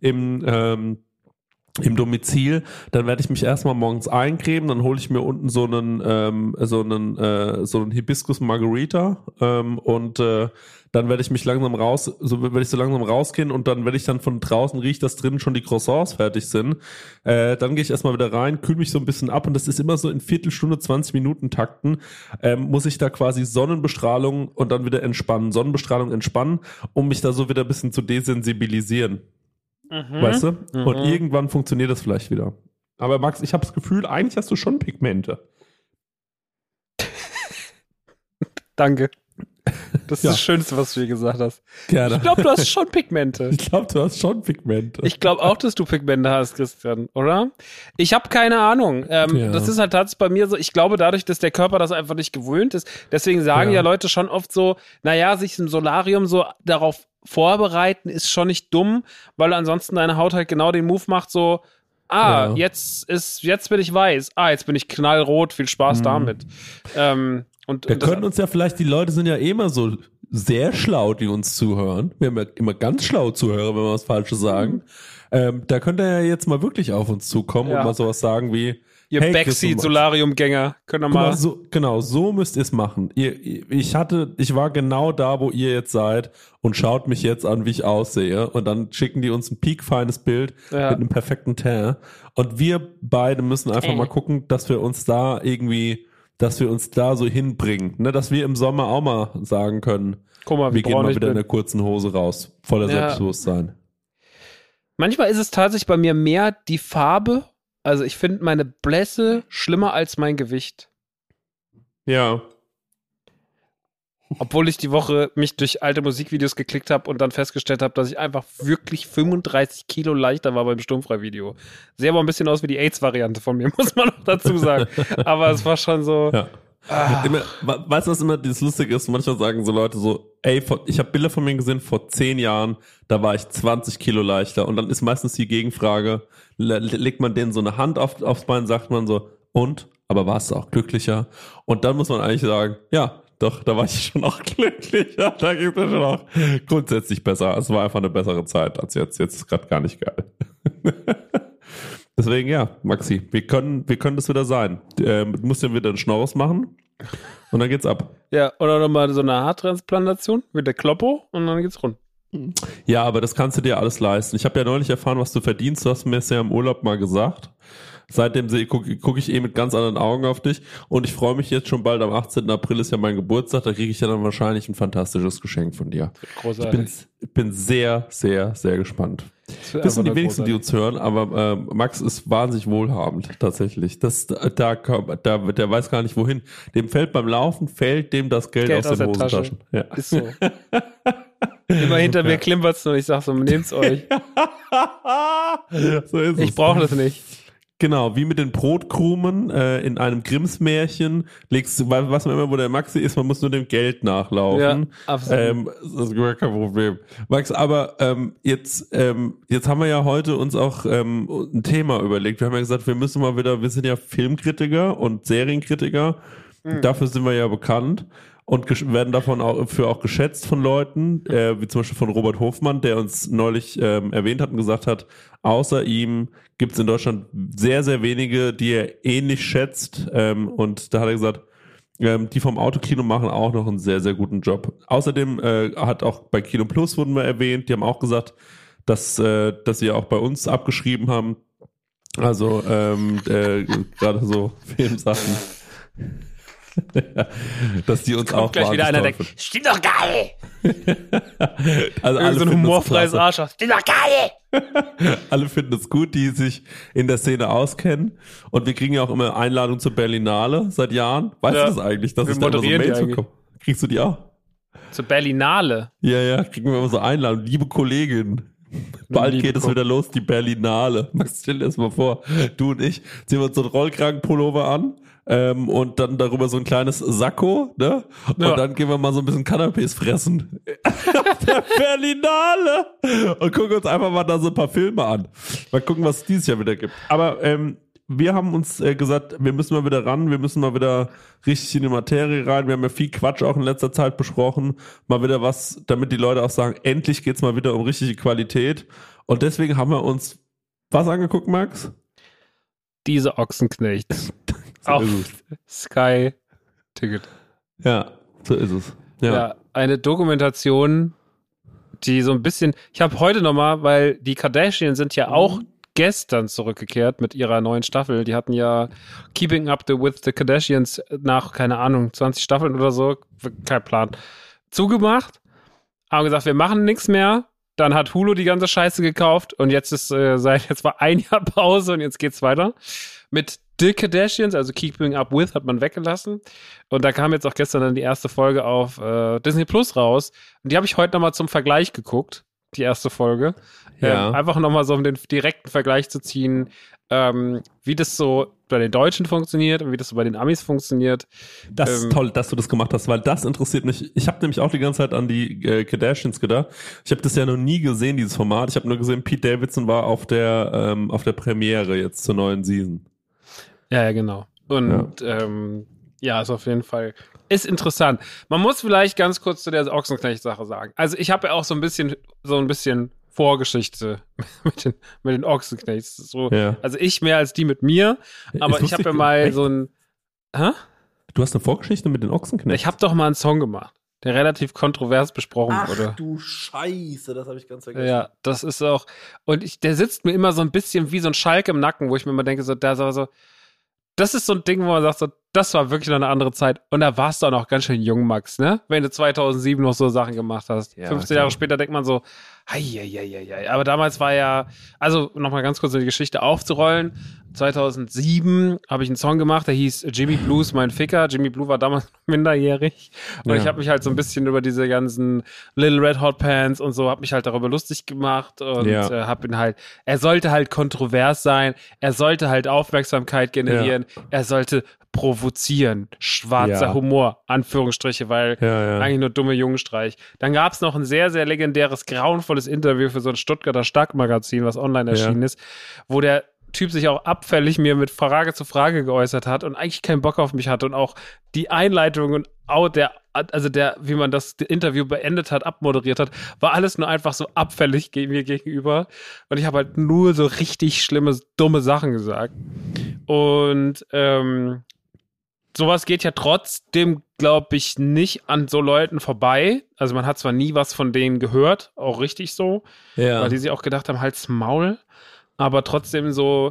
im Domizil, dann werde ich mich erstmal morgens eincremen, dann hole ich mir unten so einen Hibiskus Margarita und dann werde ich mich langsam rausgehen und dann, wenn ich dann von draußen rieche, dass drinnen schon die Croissants fertig sind, dann gehe ich erstmal wieder rein, kühle mich so ein bisschen ab und das ist immer so in Viertelstunde, 20 Minuten Takten, muss ich da quasi Sonnenbestrahlung und dann wieder Sonnenbestrahlung entspannen, um mich da so wieder ein bisschen zu desensibilisieren. Weißt du? Und irgendwann funktioniert das vielleicht wieder. Aber Max, ich habe das Gefühl, eigentlich hast du schon Pigmente. Danke. Das ist das Schönste, was du hier gesagt hast. Gerne. Ich glaube, du hast schon Pigmente. Ich Ich glaube auch, dass du Pigmente hast, Christian, oder? Ich habe keine Ahnung. Das ist halt tatsächlich bei mir so, ich glaube dadurch, dass der Körper das einfach nicht gewöhnt ist. Deswegen sagen ja Leute schon oft so, naja, sich im Solarium so darauf vorbereiten ist schon nicht dumm, weil ansonsten deine Haut halt genau den Move macht, so, jetzt bin ich weiß, jetzt bin ich knallrot, viel Spaß damit. Wir können uns ja vielleicht, die Leute sind ja immer so sehr schlau, die uns zuhören. Wir haben ja immer ganz schlaue Zuhörer, wenn wir was Falsches sagen. Da könnt ihr ja jetzt mal wirklich auf uns zukommen und mal sowas sagen wie, ihr Backseat-Solarium-Gänger, könnt ihr mal. So müsst ihr es machen. Ich war genau da, wo ihr jetzt seid und schaut mich jetzt an, wie ich aussehe. Und dann schicken die uns ein piekfeines Bild mit einem perfekten Teint. Und wir beide müssen einfach mal gucken, dass wir uns da irgendwie dass wir uns da so hinbringen, ne, dass wir im Sommer auch mal sagen können, guck mal, wir gehen mal wieder in der kurzen Hose raus, voller Selbstbewusstsein. Manchmal ist es tatsächlich bei mir mehr die Farbe. Also ich finde meine Blässe schlimmer als mein Gewicht. Ja. Obwohl ich die Woche mich durch alte Musikvideos geklickt habe und dann festgestellt habe, dass ich einfach wirklich 35 Kilo leichter war beim Sturmfrei-Video. Sah aber ein bisschen aus wie die AIDS-Variante von mir, muss man noch dazu sagen. Aber es war schon so... Ja. Weißt du, was immer das Lustige ist? Manchmal sagen so Leute so, ey, ich habe Bilder von mir gesehen vor 10 Jahren, da war ich 20 Kilo leichter. Und dann ist meistens die Gegenfrage, legt man denen so eine Hand aufs Bein, sagt man so, und? Aber warst du auch glücklicher? Und dann muss man eigentlich sagen, ja, doch, da war ich schon auch glücklicher. Da ging es mir schon auch grundsätzlich besser. Es war einfach eine bessere Zeit als jetzt. Jetzt ist gerade gar nicht geil. Deswegen, ja, Maxi, wir können das wieder sein. Du musst ja wieder einen Schnorres machen und dann geht's ab. Ja, oder nochmal so eine Haartransplantation mit der Kloppo und dann geht's rund. Ja, aber das kannst du dir alles leisten. Ich habe ja neulich erfahren, was du verdienst. Du hast mir es ja im Urlaub mal gesagt. Seitdem guck ich mit ganz anderen Augen auf dich und ich freue mich jetzt schon bald, am 18. April ist ja mein Geburtstag, da kriege ich ja dann wahrscheinlich ein fantastisches Geschenk von dir. Großartig. Ich bin sehr, sehr, sehr gespannt. Das sind die wenigsten, die uns hören, aber Max ist wahnsinnig wohlhabend, tatsächlich. Der weiß gar nicht wohin. Dem fällt beim Laufen, das Geld aus den Hosentaschen. Ja. Ist so. Immer hinter mir klimpert's und ich sag so, nehmt's euch. So ist es. Ich brauche das nicht. Genau, wie mit den Brotkrumen in einem Grimmsmärchen legst du, was man immer, wo der Maxi ist, man muss nur dem Geld nachlaufen. Ja, absolut. Das ist gar kein Problem. Max, aber jetzt haben wir ja heute uns auch ein Thema überlegt. Wir haben ja gesagt, wir sind ja Filmkritiker und Serienkritiker. Dafür sind wir ja bekannt. Und werden davon auch geschätzt von Leuten, wie zum Beispiel von Robert Hofmann, der uns neulich erwähnt hat und gesagt hat, außer ihm gibt es in Deutschland sehr, sehr wenige, die er ähnlich schätzt. Und da hat er gesagt, die vom Autokino machen auch noch einen sehr, sehr guten Job. Außerdem hat auch bei Kino Plus wurden wir erwähnt, die haben auch gesagt, dass sie auch bei uns abgeschrieben haben. Also gerade so Filmsachen. Dass die uns auch gleich wieder einer denkt, stimmt doch geil! Also alle so ein humorfreies Arschloch, stimmt doch geil! Alle finden es gut, die sich in der Szene auskennen. Und wir kriegen ja auch immer Einladungen zur Berlinale seit Jahren. Weißt du das eigentlich? Dass ich da immer so Mails bekomme? Kriegst du die auch? Zur Berlinale? Ja, kriegen wir immer so Einladungen. Liebe Kollegin, bald geht es wieder los, die Berlinale. Max, stell dir das mal vor. Du und ich ziehen wir uns so einen Rollkragenpullover an. Und dann darüber so ein kleines Sakko, ne? Und dann gehen wir mal so ein bisschen Canapés fressen. Der Berlinale! Und gucken uns einfach mal da so ein paar Filme an. Mal gucken, was es dieses Jahr wieder gibt. Aber wir haben uns gesagt, wir müssen mal wieder ran, wir müssen mal wieder richtig in die Materie rein. Wir haben ja viel Quatsch auch in letzter Zeit besprochen. Mal wieder was, damit die Leute auch sagen, endlich geht's mal wieder um richtige Qualität. Und deswegen haben wir uns was angeguckt, Max? Diese Ochsenknechts. Auf Sky Ticket. Ja, so ist es. Ja, eine Dokumentation, die so ein bisschen, ich habe heute nochmal, weil die Kardashians sind ja auch gestern zurückgekehrt mit ihrer neuen Staffel. Die hatten ja Keeping Up with the Kardashians nach, keine Ahnung, 20 Staffeln oder so, kein Plan, zugemacht. Haben gesagt, wir machen nichts mehr. Dann hat Hulu die ganze Scheiße gekauft und jetzt war ein Jahr Pause und jetzt geht's weiter. Mit The Kardashians, also Keeping Up With, hat man weggelassen. Und da kam jetzt auch gestern dann die erste Folge auf Disney Plus raus. Und die habe ich heute nochmal zum Vergleich geguckt, die erste Folge. Ja. Einfach nochmal so, um den direkten Vergleich zu ziehen, wie das so bei den Deutschen funktioniert und wie das so bei den Amis funktioniert. Das ist toll, dass du das gemacht hast, weil das interessiert mich. Ich habe nämlich auch die ganze Zeit an die Kardashians gedacht. Ich habe das ja noch nie gesehen, dieses Format. Ich habe nur gesehen, Pete Davidson war auf der Premiere jetzt zur neuen Season. Ja, genau. Und ist auf jeden Fall, ist interessant. Man muss vielleicht ganz kurz zu der Ochsenknecht-Sache sagen. Also ich habe ja auch so ein bisschen Vorgeschichte mit den Ochsenknechts. So, also ich mehr als die mit mir, aber ich habe ja mal so ein... Hä? Du hast eine Vorgeschichte mit den Ochsenknechts? Ich habe doch mal einen Song gemacht, der relativ kontrovers besprochen wurde. Ach du Scheiße, das habe ich ganz vergessen. Ja, das ist auch... Und der sitzt mir immer so ein bisschen wie so ein Schalk im Nacken, wo ich mir immer denke, das ist so ein Ding, wo man sagt, so, das war wirklich noch eine andere Zeit. Und da warst du auch noch ganz schön jung, Max, ne? Wenn du 2007 noch so Sachen gemacht hast. Ja, 15 Jahre später denkt man so, hei. Aber damals war ja, also nochmal ganz kurz die Geschichte aufzurollen. 2007 habe ich einen Song gemacht, der hieß Jimmy Blues, mein Ficker. Jimmy Blue war damals minderjährig. Und ich habe mich halt so ein bisschen über diese ganzen Little Red Hot Pants und so, habe mich halt darüber lustig gemacht und habe ihn halt, er sollte halt kontrovers sein, er sollte halt Aufmerksamkeit generieren, er sollte provozieren, schwarzer Humor, Anführungsstriche, weil eigentlich nur dumme Jungenstreich. Dann gab es noch ein sehr, sehr legendäres, grauenvolles Interview für so ein Stuttgarter Stark-Magazin, was online erschienen ist, wo der Typ sich auch abfällig mir mit Frage zu Frage geäußert hat und eigentlich keinen Bock auf mich hatte und auch die Einleitung und auch wie man das Interview beendet hat, abmoderiert hat, war alles nur einfach so abfällig mir gegenüber und ich habe halt nur so richtig schlimme, dumme Sachen gesagt und sowas geht ja trotzdem, glaube ich, nicht an so Leuten vorbei. Also man hat zwar nie was von denen gehört, auch richtig so, weil die sich auch gedacht haben, halt's Maul, aber trotzdem so,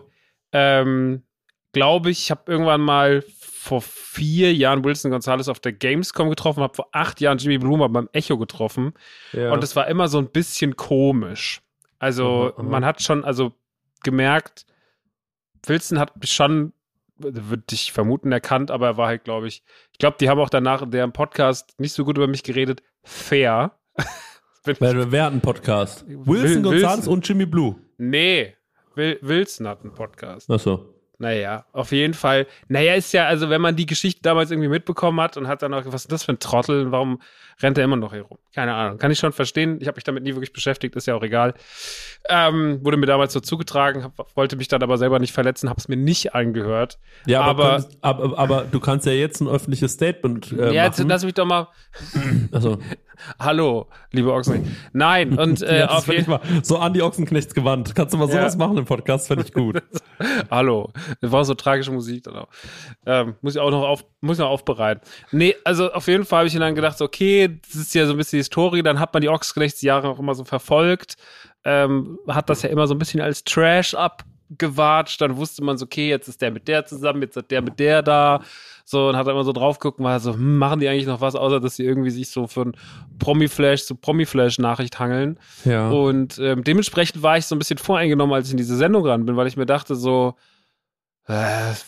glaube ich habe irgendwann mal vor 4 Jahren Wilson Gonzalez auf der Gamescom getroffen, habe vor 8 Jahren Jimmy Blue beim Echo getroffen und es war immer so ein bisschen komisch. Also man hat schon gemerkt, Wilson hat mich schon, würde ich vermuten, erkannt, aber er war halt, glaube ich, die haben auch danach in deren Podcast nicht so gut über mich geredet. Fair. Wer hat einen Podcast? Wilson Gonzalez und Jimmy Blue? Nee, Wilson hat einen Podcast. Ach so. Naja, auf jeden Fall. Naja, ist ja, also wenn man die Geschichte damals irgendwie mitbekommen hat und hat dann auch, was ist das für ein Trottel, warum rennt er immer noch hier rum? Keine Ahnung, kann ich schon verstehen. Ich habe mich damit nie wirklich beschäftigt, ist ja auch egal. Wurde mir damals so zugetragen, wollte mich dann aber selber nicht verletzen, habe es mir nicht angehört. Ja, aber du kannst ja jetzt ein öffentliches Statement machen. Ja, jetzt lass mich doch mal. Also. Hallo, liebe Ochsenknecht. Nein, und auf jeden Fall so an die Ochsenknechts gewandt. Kannst du mal sowas machen im Podcast, fände ich gut. Hallo, das war so tragische Musik dann auch. Muss ich noch aufbereiten. Nee, also auf jeden Fall habe ich mir dann gedacht, okay, das ist ja so ein bisschen Historie, dann hat man die Ochsenknechts Jahre auch immer so verfolgt, hat das ja immer so ein bisschen als Trash abgewatscht, dann wusste man so, okay, jetzt ist der mit der zusammen, jetzt ist der mit der da, so, und hat immer so drauf geguckt, war so, machen die eigentlich noch was, außer dass sie irgendwie sich so für ein Promi-Flash-Nachricht hangeln. Ja. Und dementsprechend war ich so ein bisschen voreingenommen, als ich in diese Sendung ran bin, weil ich mir dachte so, das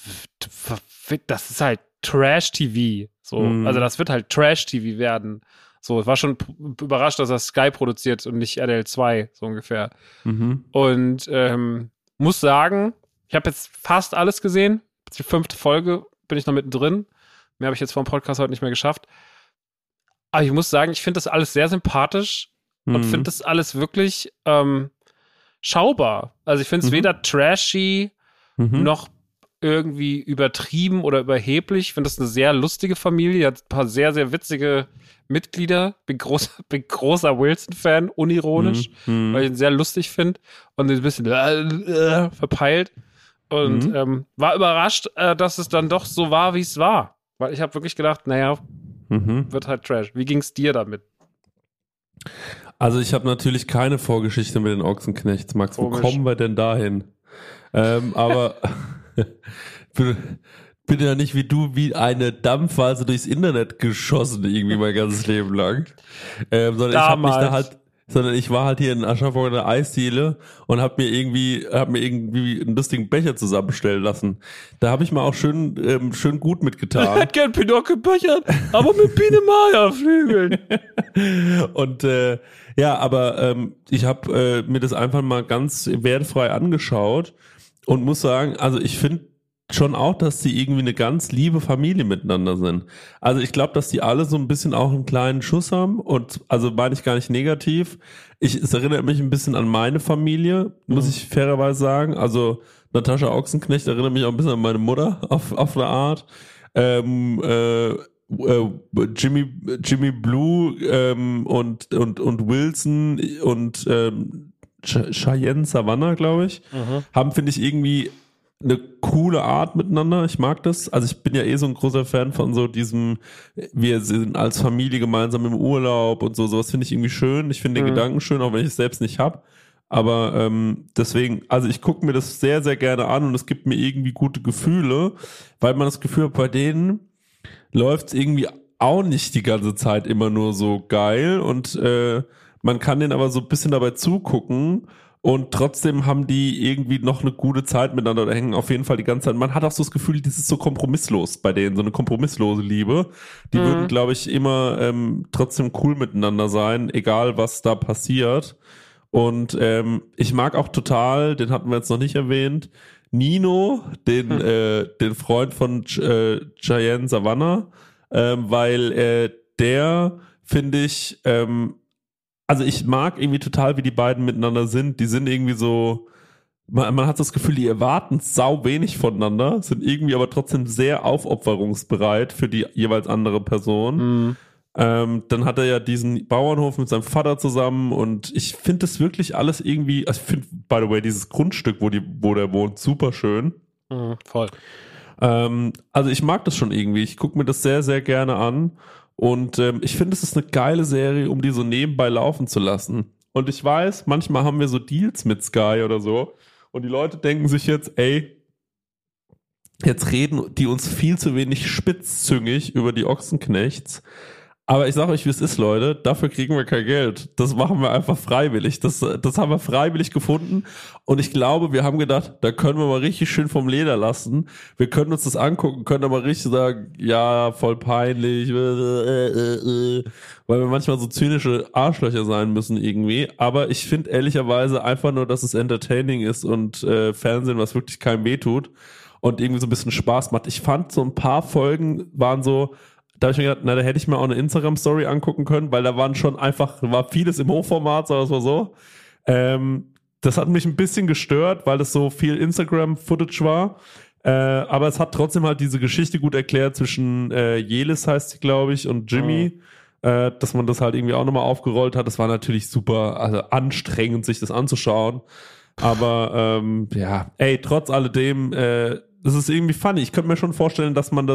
ist halt Trash-TV. So, also das wird halt Trash-TV werden. So, ich war schon überrascht, dass das Sky produziert und nicht RTL 2, so ungefähr. Und muss sagen, ich habe jetzt fast alles gesehen. Die 5. Folge bin ich noch mittendrin. Mehr habe ich jetzt vor dem Podcast heute nicht mehr geschafft. Aber ich muss sagen, ich finde das alles sehr sympathisch und finde das alles wirklich schaubar. Also ich finde es weder trashy noch irgendwie übertrieben oder überheblich. Ich finde das eine sehr lustige Familie. Hat ein paar sehr, sehr witzige Mitglieder. Bin großer Wilson-Fan, unironisch, weil ich ihn sehr lustig finde und ein bisschen verpeilt. Und war überrascht, dass es dann doch so war, wie es war. Weil ich habe wirklich gedacht, naja, wird halt Trash. Wie ging's dir damit? Also ich habe natürlich keine Vorgeschichte mit den Ochsenknechts. Max, wo kommen wir denn dahin? Aber bin ja nicht wie du, wie eine Dampfwalze durchs Internet geschossen, irgendwie mein ganzes Leben lang. Sondern ich war halt hier in Aschaffenburg in der Eisdiele und hab mir irgendwie einen lustigen Becher zusammenstellen lassen. Da habe ich mal auch schön gut mitgetan. Ich hätte gern Pinocchio-Becher, aber mit Biene Maya-Flügeln. Und ich habe mir das einfach mal ganz wertfrei angeschaut und muss sagen, also ich finde schon auch, dass die irgendwie eine ganz liebe Familie miteinander sind. Also ich glaube, dass die alle so ein bisschen auch einen kleinen Schuss haben und also meine ich gar nicht negativ. Es erinnert mich ein bisschen an meine Familie, muss ich fairerweise sagen. Also Natascha Ochsenknecht erinnert mich auch ein bisschen an meine Mutter auf eine Art. Jimmy Blue und Wilson und Cheyenne Savannah, glaube ich, haben, finde ich, irgendwie eine coole Art miteinander. Ich mag das. Also ich bin ja so ein großer Fan von so diesem, wir sind als Familie gemeinsam im Urlaub und so. Sowas finde ich irgendwie schön. Ich finde den Gedanken schön, auch wenn ich es selbst nicht habe. Aber deswegen, also ich gucke mir das sehr, sehr gerne an und es gibt mir irgendwie gute Gefühle, weil man das Gefühl hat, bei denen läuft es irgendwie auch nicht die ganze Zeit immer nur so geil und man kann denen aber so ein bisschen dabei zugucken und trotzdem haben die irgendwie noch eine gute Zeit miteinander oder hängen auf jeden Fall die ganze Zeit. Man hat auch so das Gefühl, das ist so kompromisslos bei denen, so eine kompromisslose Liebe. Die würden, glaube ich, immer trotzdem cool miteinander sein, egal was da passiert. Und ich mag auch total, den hatten wir jetzt noch nicht erwähnt, Nino, den Freund von Cheyenne Savannah, weil der, finde ich, also ich mag irgendwie total, wie die beiden miteinander sind. Die sind irgendwie so, man hat das Gefühl, die erwarten sau wenig voneinander, sind irgendwie aber trotzdem sehr aufopferungsbereit für die jeweils andere Person. Dann hat er ja diesen Bauernhof mit seinem Vater zusammen und ich finde das wirklich alles irgendwie, also ich finde, by the way, dieses Grundstück, wo der wohnt, super schön. Voll. Also ich mag das schon irgendwie. Ich gucke mir das sehr, sehr gerne an. Und ich finde, es ist eine geile Serie, um die so nebenbei laufen zu lassen. Und ich weiß, manchmal haben wir so Deals mit Sky oder so. Und die Leute denken sich jetzt, ey, jetzt reden die uns viel zu wenig spitzzüngig über die Ochsenknechts. Aber ich sage euch, wie es ist, Leute, dafür kriegen wir kein Geld. Das machen wir einfach freiwillig. Das haben wir freiwillig gefunden. Und ich glaube, wir haben gedacht, da können wir mal richtig schön vom Leder lassen. Wir können uns das angucken, können aber richtig sagen, ja, voll peinlich, weil wir manchmal so zynische Arschlöcher sein müssen irgendwie. Aber ich finde ehrlicherweise einfach nur, dass es entertaining ist und Fernsehen, was wirklich keinem wehtut und irgendwie so ein bisschen Spaß macht. Ich fand, so ein paar Folgen waren so, da habe ich mir gedacht, da hätte ich mir auch eine Instagram-Story angucken können, weil da war vieles im Hochformat, sagen wir es mal so. Das hat mich ein bisschen gestört, weil das so viel Instagram-Footage war. Aber es hat trotzdem halt diese Geschichte gut erklärt zwischen Jelis, heißt sie, glaube ich, und Jimmy, dass man das halt irgendwie auch nochmal aufgerollt hat. Das war natürlich super, also anstrengend, sich das anzuschauen. Aber ja, ey, trotz alledem, das ist irgendwie funny. Ich könnte mir schon vorstellen, dass man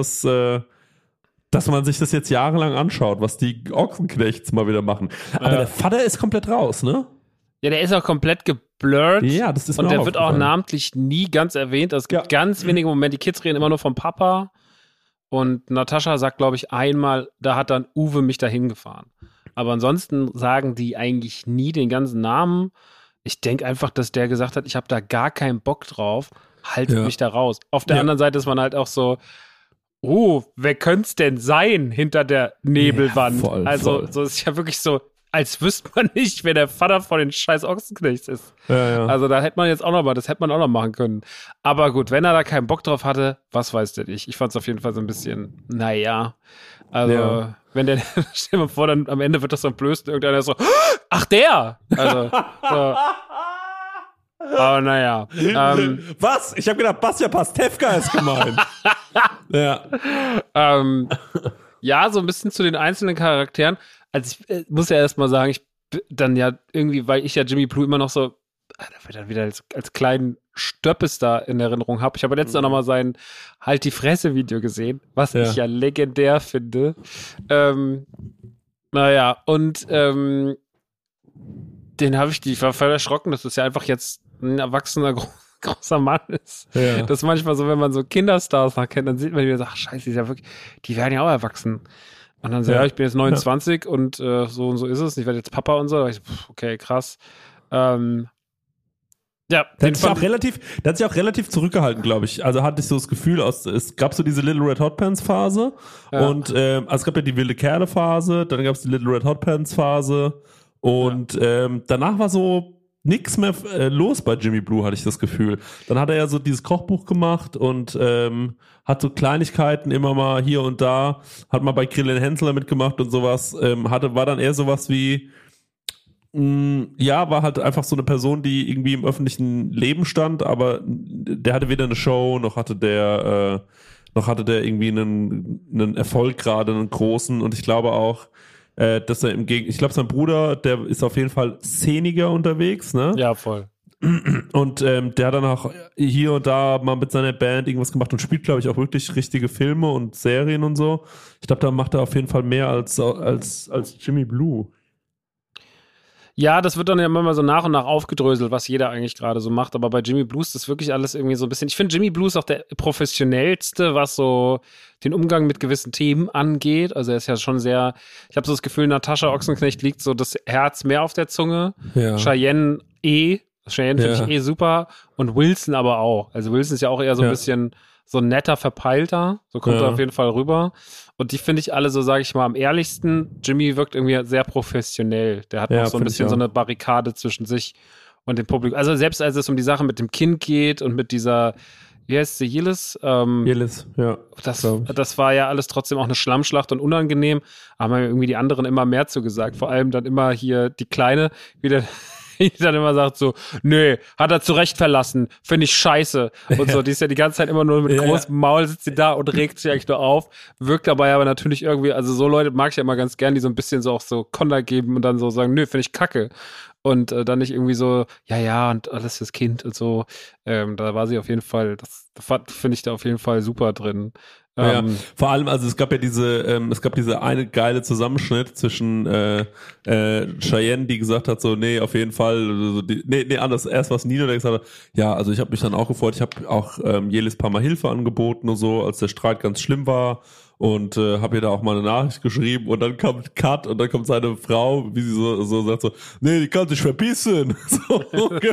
sich das jetzt jahrelang anschaut, was die Ochsenknechts mal wieder machen. Aber der Vater ist komplett raus, ne? Ja, der ist auch komplett geblurrt. Ja, das ist und der wird auch namentlich nie ganz erwähnt. Also es gibt ganz wenige Momente, die Kids reden immer nur vom Papa. Und Natascha sagt, glaube ich, einmal, da hat dann Uwe mich dahin gefahren. Aber ansonsten sagen die eigentlich nie den ganzen Namen. Ich denke einfach, dass der gesagt hat, ich habe da gar keinen Bock drauf, haltet mich da raus. Auf der anderen Seite ist man halt auch so, wer könnte es denn sein hinter der Nebelwand? Ja, voll. So ist ja wirklich so, als wüsste man nicht, wer der Vater von den scheiß Ochsenknechts ist. Ja. Also da hätte man jetzt auch noch mal, das hätte man auch noch machen können. Aber gut, wenn er da keinen Bock drauf hatte, was weiß der nicht. Ich fand es auf jeden Fall so ein bisschen, also wenn der, stell dir mal vor, dann am Ende wird das so blöst, irgendeiner so, ach der! Also, so. Aber naja. Was? Ich habe gedacht, Bastian Pastewka ist gemeint. Ja, so ein bisschen zu den einzelnen Charakteren. Also ich muss ja erst mal sagen, ich dann ja irgendwie, weil ich ja Jimmy Blue immer noch so, dann wieder als kleinen Stöppestar in Erinnerung habe. Ich habe letztens auch noch mal sein Halt die Fresse-Video gesehen, was ich ja legendär finde. Den habe ich war voll erschrocken, dass das ja einfach jetzt ein erwachsener großer Mann ist. Ja. Das ist manchmal so, wenn man so Kinderstars noch kennt, dann sieht man wieder so, ach scheiße, die werden ja auch erwachsen. Und dann so, ich bin jetzt 29 und so und so ist es. Ich werde jetzt Papa und so. Da ich so, okay, krass. Der hat sich auch relativ zurückgehalten, glaube ich. Also hatte ich so das Gefühl, es gab so diese Little Red Hot Pants Phase und es gab ja die wilde Kerle Phase, dann gab es die Little Red Hot Pants Phase und danach war so nix mehr los bei Jimmy Blue, hatte ich das Gefühl. Dann hat er ja so dieses Kochbuch gemacht und hat so Kleinigkeiten immer mal hier und da, hat mal bei Krillin Hensler mitgemacht und sowas, war dann eher sowas wie war halt einfach so eine Person, die irgendwie im öffentlichen Leben stand, aber der hatte weder eine Show, noch hatte der irgendwie einen Erfolg gerade, einen großen, und ich glaube auch, dass er ich glaube, sein Bruder, der ist auf jeden Fall szeniger unterwegs, ne? Ja, voll. Und der hat dann auch hier und da mal mit seiner Band irgendwas gemacht und spielt, glaube ich, auch wirklich richtige Filme und Serien und so. Ich glaube, da macht er auf jeden Fall mehr als Jimmy Blue. Ja, das wird dann ja immer mal so nach und nach aufgedröselt, was jeder eigentlich gerade so macht. Aber bei Jimmy Blue ist das wirklich alles irgendwie so ein bisschen. Ich finde Jimmy Blue ist auch der professionellste, was so den Umgang mit gewissen Themen angeht. Also er ist ja schon sehr. Ich habe so das Gefühl, Natascha Ochsenknecht liegt so das Herz mehr auf der Zunge. Ja. Cheyenne finde ich super. Und Wilson aber auch. Also Wilson ist ja auch eher so ein bisschen so ein netter Verpeilter. So kommt er auf jeden Fall rüber. Und die finde ich alle so, sage ich mal, am ehrlichsten. Jimmy wirkt irgendwie sehr professionell. Der hat noch so ein bisschen so eine Barrikade zwischen sich und dem Publikum. Also selbst als es um die Sache mit dem Kind geht und mit dieser, wie heißt sie, Yildiz? Yildiz, ja. Das war ja alles trotzdem auch eine Schlammschlacht und unangenehm. Aber haben irgendwie die anderen immer mehr zugesagt. Vor allem dann immer hier die Kleine, wieder die dann immer sagt so, nö, hat er zu Recht verlassen, finde ich scheiße und so, die ist ja die ganze Zeit immer nur mit großem Maul, sitzt sie da und regt sich eigentlich nur auf, wirkt dabei aber natürlich irgendwie, also so Leute mag ich ja immer ganz gern, die so ein bisschen so auch so Konter geben und dann so sagen, nö, finde ich kacke und dann nicht irgendwie so, ja und alles fürs Kind und so, da war sie auf jeden Fall, das finde ich da auf jeden Fall super drin. Ja, vor allem, also es gab diese eine geile Zusammenschnitt zwischen Cheyenne, die gesagt hat, so, nee, auf jeden Fall, also anders, erst was Nino, der gesagt hat, ja, also ich habe mich dann auch gefreut, ich habe auch Yildiz paar Mal Hilfe angeboten und so, als der Streit ganz schlimm war und habe ihr da auch mal eine Nachricht geschrieben und dann kommt Cut und dann kommt seine Frau, wie sie so sagt, so, nee, die kann sich verpissen. So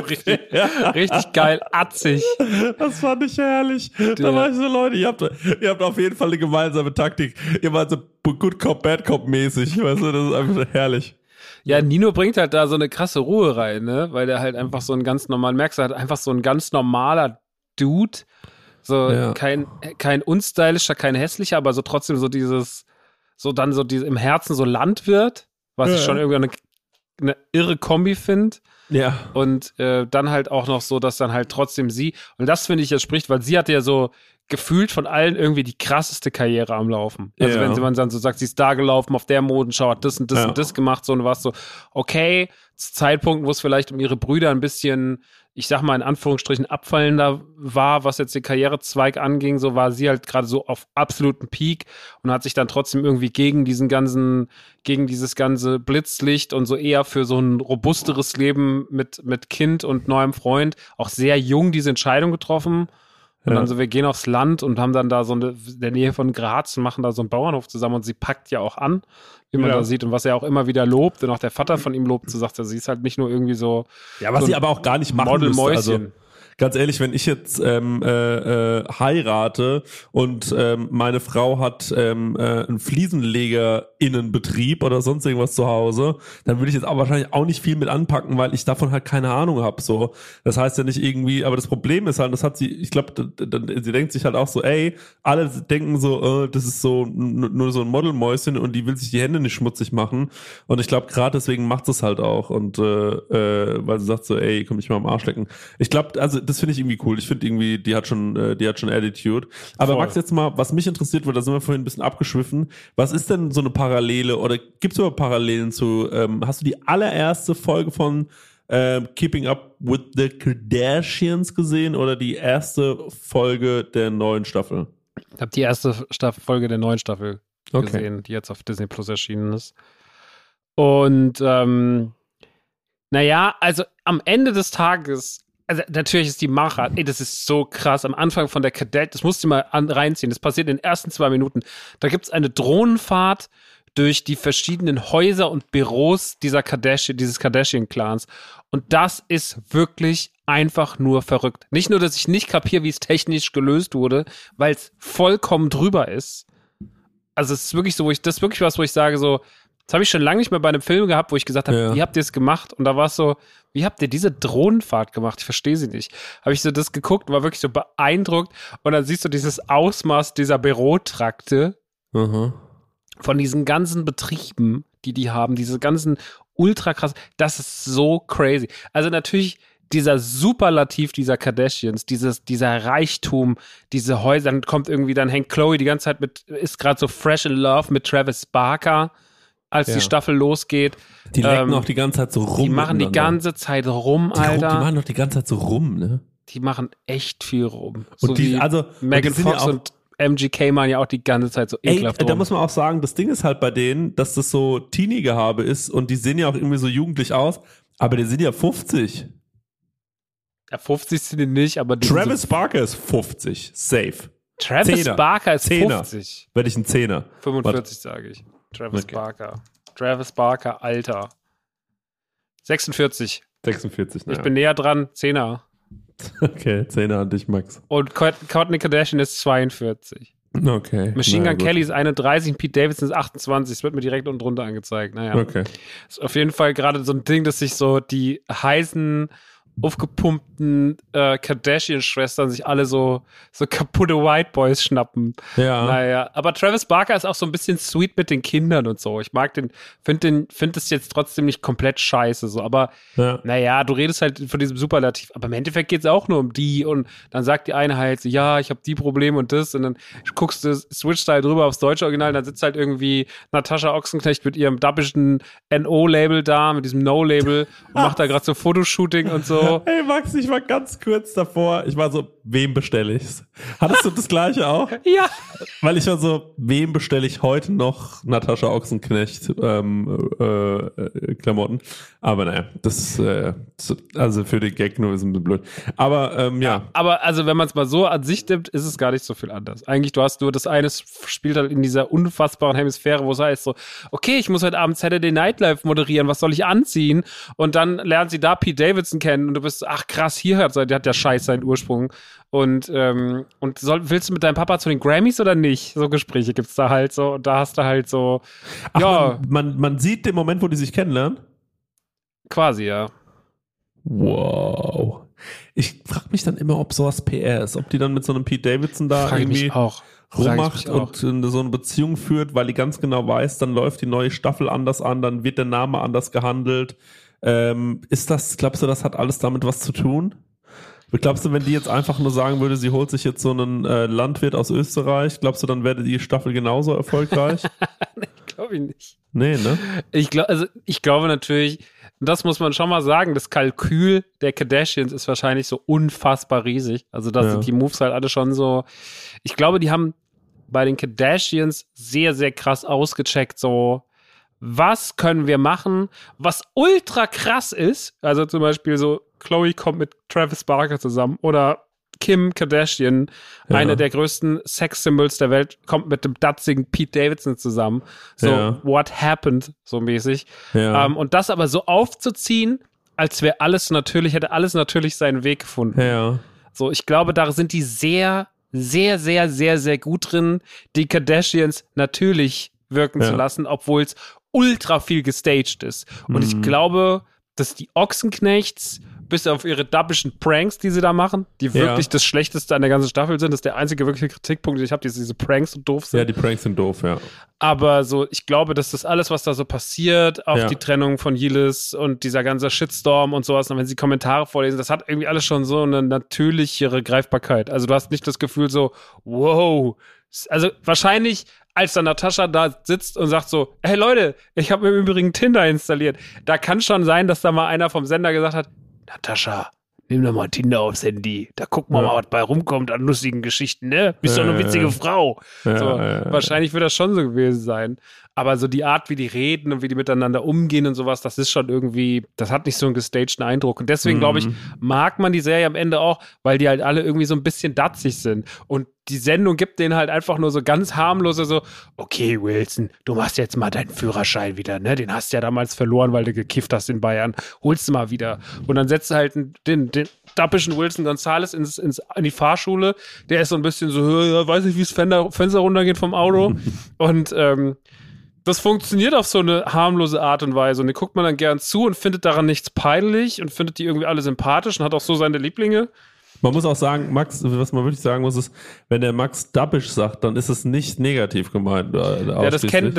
richtig geil, atzig. Das fand ich herrlich. Da war ich so, Leute, ihr habt auf jeden Fall eine gemeinsame Taktik. Ihr wart so Good Cop, Bad Cop mäßig. Weißt du, das ist einfach herrlich. Ja, Nino bringt halt da so eine krasse Ruhe rein, ne? Weil der halt einfach so ein ganz normal, merkst du, halt einfach so ein ganz normaler Dude. So kein unstylischer, kein hässlicher, aber so trotzdem so dieses, so dann so diese im Herzen so Landwirt, was ich schon irgendwie eine irre Kombi finde. Ja. Und dann halt auch noch so, dass dann halt trotzdem sie, und das finde ich, das spricht, weil sie hat ja so gefühlt von allen irgendwie die krasseste Karriere am Laufen. Also wenn man dann so sagt, sie ist da gelaufen, auf der Modenschau, hat das und das und das gemacht, so und was so, okay, zu Zeitpunkten, wo es vielleicht um ihre Brüder ein bisschen, ich sag mal in Anführungsstrichen, abfallender war, was jetzt den Karrierezweig anging, so war sie halt gerade so auf absoluten Peak und hat sich dann trotzdem irgendwie gegen dieses ganze Blitzlicht und so eher für so ein robusteres Leben mit Kind und neuem Freund auch sehr jung diese Entscheidung getroffen. Und dann so, wir gehen aufs Land und haben dann da so in der Nähe von Graz und machen da so einen Bauernhof zusammen und sie packt ja auch an, wie man da sieht und was er auch immer wieder lobt und auch der Vater von ihm lobt, so sagt er, sie ist halt nicht nur irgendwie so. Ja, was so sie aber auch gar nicht machen müsste. Also ganz ehrlich, wenn ich jetzt heirate und meine Frau hat einen FliesenlegerInnenbetrieb oder sonst irgendwas zu Hause, dann würde ich jetzt auch wahrscheinlich auch nicht viel mit anpacken, weil ich davon halt keine Ahnung habe. So, das heißt ja nicht irgendwie, aber das Problem ist halt, das hat sie, ich glaube, sie denkt sich halt auch so, ey, alle denken so, das ist so nur so ein Modelmäuschen und die will sich die Hände nicht schmutzig machen. Und ich glaube, gerade deswegen macht es halt auch und weil sie sagt so, ey, komm ich mal am Arsch lecken. Ich glaube, also das finde ich irgendwie cool. Ich finde irgendwie, die hat schon Attitude. Aber Max, jetzt mal, was mich interessiert wird, da sind wir vorhin ein bisschen abgeschwiffen. Was ist denn so eine Parallele oder gibt es überhaupt Parallelen zu, hast du die allererste Folge von Keeping Up with the Kardashians gesehen oder die erste Folge der neuen Staffel? Ich habe die erste Folge der neuen Staffel gesehen, die jetzt auf Disney Plus erschienen ist. Und naja, also am Ende des Tages, also natürlich ist die Machart, das ist so krass, am Anfang von der Kadett, das musst du mal reinziehen, das passiert in den ersten 2 Minuten, da gibt's eine Drohnenfahrt durch die verschiedenen Häuser und Büros dieses Kardashian-Clans und das ist wirklich einfach nur verrückt. Nicht nur, dass ich nicht kapiere, wie es technisch gelöst wurde, weil es vollkommen drüber ist, also es ist wirklich so, das ist wirklich was, wo ich sage so, das habe ich schon lange nicht mehr bei einem Film gehabt, wo ich gesagt habe, wie habt ihr es gemacht? Und da war es so, wie habt ihr diese Drohnenfahrt gemacht? Ich verstehe sie nicht. Habe ich so das geguckt, war wirklich so beeindruckt. Und dann siehst du dieses Ausmaß dieser Bürotrakte von diesen ganzen Betrieben, die haben, diese ganzen ultra krass. Das ist so crazy. Also natürlich dieser Superlativ dieser Kardashians, dieser Reichtum, diese Häuser, dann kommt irgendwie, dann hängt Chloe die ganze Zeit ist gerade so fresh in love mit Travis Barker, als die Staffel losgeht. Die lecken auch die ganze Zeit so rum. Die machen die ganze Zeit rum, Alter. Die machen doch die ganze Zeit so rum, ne? Die machen echt viel rum. Und so die, wie also Megan Fox und MGK machen ja auch die ganze Zeit so ekelhaft. Da muss man auch sagen, das Ding ist halt bei denen, dass das so Teenie-Gehabe ist und die sehen ja auch irgendwie so jugendlich aus, aber die sind ja 50. Ja, 50 sind die nicht, aber die Travis Barker ist 50, safe. Travis Barker ist 50. Werde ich ein Zehner. 45 sage ich. Travis Barker, Alter. 46. 46, Ich bin näher dran, 10er. Okay, 10er an dich, Max. Und Kourtney Kardashian ist 42. Okay. Machine Gun Kelly ist 31, Pete Davidson ist 28. Das wird mir direkt unten drunter angezeigt. Naja. Okay. Ist auf jeden Fall gerade so ein Ding, dass sich so die heißen, aufgepumpten Kardashian-Schwestern sich alle so kaputte White Boys schnappen. Ja. Naja, aber Travis Barker ist auch so ein bisschen sweet mit den Kindern und so. Ich mag finde es jetzt trotzdem nicht komplett scheiße, so. Aber naja, du redest halt von diesem Superlativ. Aber im Endeffekt geht es auch nur um die und dann sagt die eine halt so, ja, ich habe die Probleme und das und dann guckst du, switcht halt drüber aufs deutsche Original, dann sitzt halt irgendwie Natascha Ochsenknecht mit ihrem dappischen NO-Label da, mit diesem No-Label und macht da gerade so Fotoshooting und so. Hey Max, ich war ganz kurz davor. Ich war so, wem bestelle ich's? Hattest du das Gleiche auch? Ja. Weil ich war so, wem bestelle ich heute noch Natascha Ochsenknecht Klamotten? Aber naja, das also für den Gag nur ist ein bisschen blöd. Aber ja. Aber also wenn man es mal so an sich nimmt, ist es gar nicht so viel anders. Eigentlich, du hast nur das eine spielt halt in dieser unfassbaren Hemisphäre, wo es heißt so, okay, ich muss heute Abend Saturday Night Live moderieren, was soll ich anziehen? Und dann lernt sie da Pete Davidson kennen und du bist, ach krass, hier hat der Scheiß seinen Ursprung. Und willst du mit deinem Papa zu den Grammys oder nicht? So Gespräche gibt's da halt so. Und da hast du halt so, ach, ja. Man sieht den Moment, wo die sich kennenlernen? Quasi, ja. Wow. Ich frage mich dann immer, ob sowas PR ist. Ob die dann mit so einem Pete Davidson da irgendwie rummacht und so eine Beziehung führt, weil die ganz genau weiß, dann läuft die neue Staffel anders an, dann wird der Name anders gehandelt. Glaubst du, das hat alles damit was zu tun? Glaubst du, wenn die jetzt einfach nur sagen würde, sie holt sich jetzt so einen Landwirt aus Österreich, glaubst du, dann wäre die Staffel genauso erfolgreich? Nee, glaube ich nicht. Nee, ne? Ich glaube natürlich, das muss man schon mal sagen, das Kalkül der Kardashians ist wahrscheinlich so unfassbar riesig. Also da sind die Moves halt alle schon so, ich glaube, die haben bei den Kardashians sehr, sehr krass ausgecheckt, so, was können wir machen, was ultra krass ist, also zum Beispiel so, Khloe kommt mit Travis Barker zusammen oder Kim Kardashian, eine der größten Sex-Symbols der Welt, kommt mit dem datzigen Pete Davidson zusammen. So, what happened, so mäßig. Ja. Und das aber so aufzuziehen, als wäre hätte alles natürlich seinen Weg gefunden. Ja. So, ich glaube, da sind die sehr, sehr, sehr, sehr, sehr gut drin, die Kardashians natürlich wirken zu lassen, obwohl es ultra viel gestaged ist. Und ich glaube, dass die Ochsenknechts bis auf ihre dappischen Pranks, die sie da machen, die wirklich das Schlechteste an der ganzen Staffel sind. Das ist der einzige wirkliche Kritikpunkt, den ich habe, diese Pranks so doof sind. Ja, die Pranks sind doof, ja. Aber so, ich glaube, dass das alles, was da so passiert, auch die Trennung von Yildiz und dieser ganze Shitstorm und sowas, und wenn sie Kommentare vorlesen, das hat irgendwie alles schon so eine natürlichere Greifbarkeit. Also du hast nicht das Gefühl so, wow. Also wahrscheinlich, als dann Natascha da sitzt und sagt so, hey Leute, ich habe im Übrigen Tinder installiert. Da kann schon sein, dass da mal einer vom Sender gesagt hat, Natascha, nimm doch mal Tinder aufs Handy. Da gucken wir mal, was bei rumkommt an lustigen Geschichten, ne? Bist doch eine witzige Frau. Wahrscheinlich wird das schon so gewesen sein. Aber so die Art, wie die reden und wie die miteinander umgehen und sowas, das ist schon irgendwie, das hat nicht so einen gestagten Eindruck. Und deswegen, glaube ich, mag man die Serie am Ende auch, weil die halt alle irgendwie so ein bisschen datzig sind. Und die Sendung gibt denen halt einfach nur so ganz harmlose so, okay, Wilson, du machst jetzt mal deinen Führerschein wieder, ne? Den hast du ja damals verloren, weil du gekifft hast in Bayern. Holst du mal wieder. Und dann setzt du halt den dappischen Wilson Gonzalez in die Fahrschule. Der ist so ein bisschen so, weiß nicht, wie das Fenster runtergeht vom Auto. Und das funktioniert auf so eine harmlose Art und Weise. Und den guckt man dann gern zu und findet daran nichts peinlich und findet die irgendwie alle sympathisch und hat auch so seine Lieblinge. Man muss auch sagen, Max, was man wirklich sagen muss, ist, wenn der Max Dappisch sagt, dann ist es nicht negativ gemeint. Ja,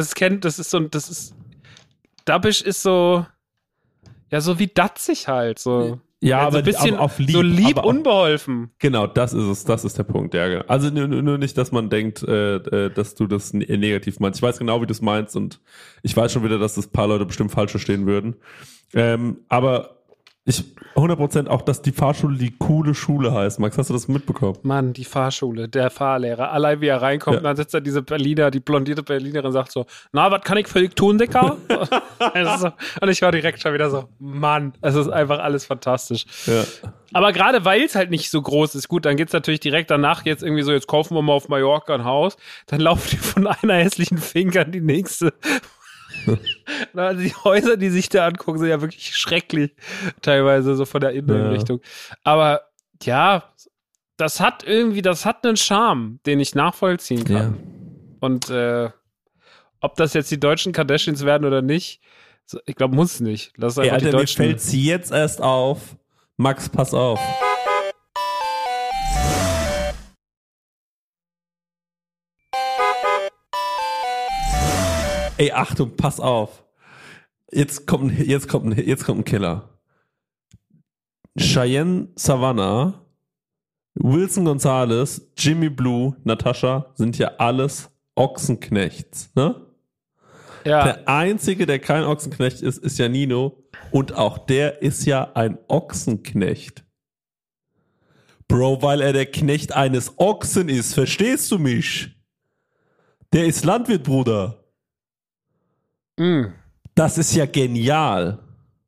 Dappisch ist so, ja, so wie datzig halt, so. Ja, also aber, ein bisschen aber auf lieb. So lieb, aber unbeholfen. Genau, das ist es, das ist der Punkt, ja. Also nur nicht, dass man denkt, dass du das negativ meinst. Ich weiß genau, wie du es meinst und ich weiß schon wieder, dass das ein paar Leute bestimmt falsch verstehen würden. Aber 100% auch, dass die Fahrschule die coole Schule heißt. Max, hast du das mitbekommen? Mann, die Fahrschule, der Fahrlehrer. Allein wie er reinkommt, und dann sitzt da diese die blondierte Berlinerin, sagt so, na, was kann ich für dich tun, Dicker? Und ich war direkt schon wieder so, Mann, es ist einfach alles fantastisch. Ja. Aber gerade weil es halt nicht so groß ist, gut, dann geht's natürlich direkt danach jetzt irgendwie so, jetzt kaufen wir mal auf Mallorca ein Haus, dann laufen die von einer hässlichen Finger in die nächste. Also die Häuser, die sich da angucken, sind ja wirklich schrecklich, teilweise so von der Innenrichtung. Aber ja, das hat einen Charme, den ich nachvollziehen kann. Ja. Und ob das jetzt die deutschen Kardashians werden oder nicht, ich glaube, muss nicht. Lass einfach Alter, die Deutschen. Mir fällt's jetzt erst auf. Max, pass auf. Ey, Achtung, pass auf. Jetzt kommt ein Killer. Cheyenne Savannah, Wilson Gonzalez, Jimmy Blue, Natascha sind ja alles Ochsenknechts, ne? Ja. Der Einzige, der kein Ochsenknecht ist, ist ja Nino. Und auch der ist ja ein Ochsenknecht. Bro, weil er der Knecht eines Ochsen ist. Verstehst du mich? Der ist Landwirt, Bruder. Das ist ja genial.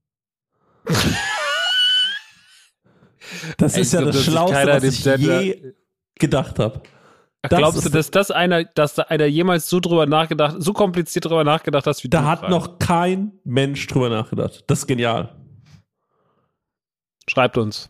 Das ist ja das Schlauste, was ich je gedacht habe. Glaubst du, dass da einer jemals so kompliziert drüber nachgedacht hat, wie du? Da hat noch kein Mensch drüber nachgedacht. Das ist genial. Schreibt uns.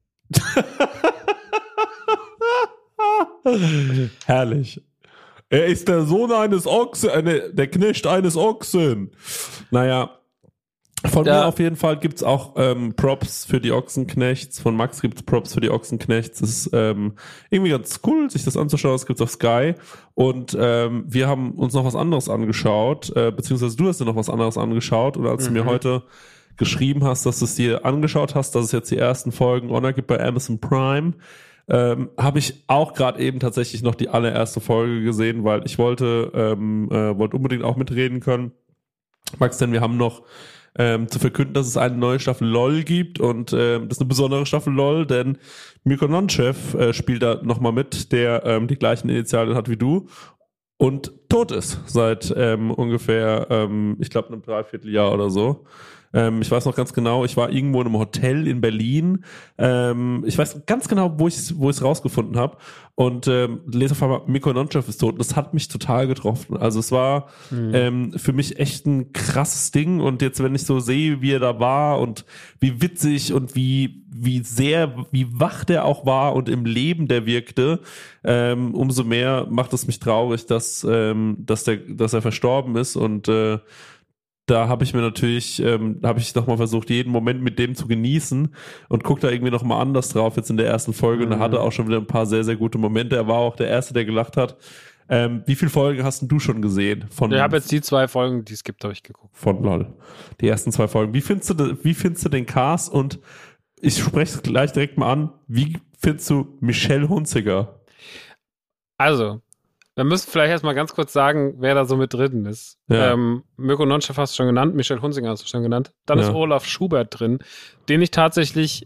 Herrlich. Er ist der Sohn eines Ochsen, der Knecht eines Ochsen. Naja, von mir auf jeden Fall gibt's auch Props für die Ochsenknechts. Von Max gibt's Props für die Ochsenknechts. Das ist irgendwie ganz cool, sich das anzuschauen. Das gibt's auf Sky. Und wir haben uns noch was anderes angeschaut, beziehungsweise du hast dir noch was anderes angeschaut. Und als du mir heute geschrieben hast, dass du es dir angeschaut hast, dass es jetzt die ersten Folgen Honor gibt bei Amazon Prime, habe ich auch gerade eben tatsächlich noch die allererste Folge gesehen, weil ich wollte unbedingt auch mitreden können. Max, denn wir haben noch zu verkünden, dass es eine neue Staffel LOL gibt und das ist eine besondere Staffel LOL, denn Mirko Nonchev spielt da nochmal mit, der die gleichen Initialien hat wie du und tot ist seit ungefähr, ich glaube, einem Dreivierteljahr oder so. Ich weiß noch ganz genau, ich war irgendwo in einem Hotel in Berlin. Ich weiß ganz genau, wo ich es rausgefunden habe. Und lese auf einmal, Mirko Nonchev ist tot. Das hat mich total getroffen. Also es war für mich echt ein krasses Ding. Und jetzt, wenn ich so sehe, wie er da war und wie witzig und wie wach der auch war und im Leben der wirkte, umso mehr macht es mich traurig, dass er verstorben ist. Und da habe ich mir natürlich, nochmal versucht, jeden Moment mit dem zu genießen und guck da irgendwie nochmal anders drauf jetzt in der ersten Folge und da hatte auch schon wieder ein paar sehr, sehr gute Momente. Er war auch der Erste, der gelacht hat. Wie viele Folgen hast denn du schon gesehen? Ich habe jetzt die 2 Folgen, die es gibt, habe ich geguckt. Von LOL. Die ersten 2 Folgen. Wie findest du den Cast? Und ich spreche es gleich direkt mal an. Wie findest du Michelle Hunziker? Also, wir müssen vielleicht erstmal ganz kurz sagen, wer da so mit drin ist. Ja. Mirko Nonchev hast du schon genannt, Michelle Hunziker hast du schon genannt. Dann ist Olaf Schubert drin, den ich tatsächlich,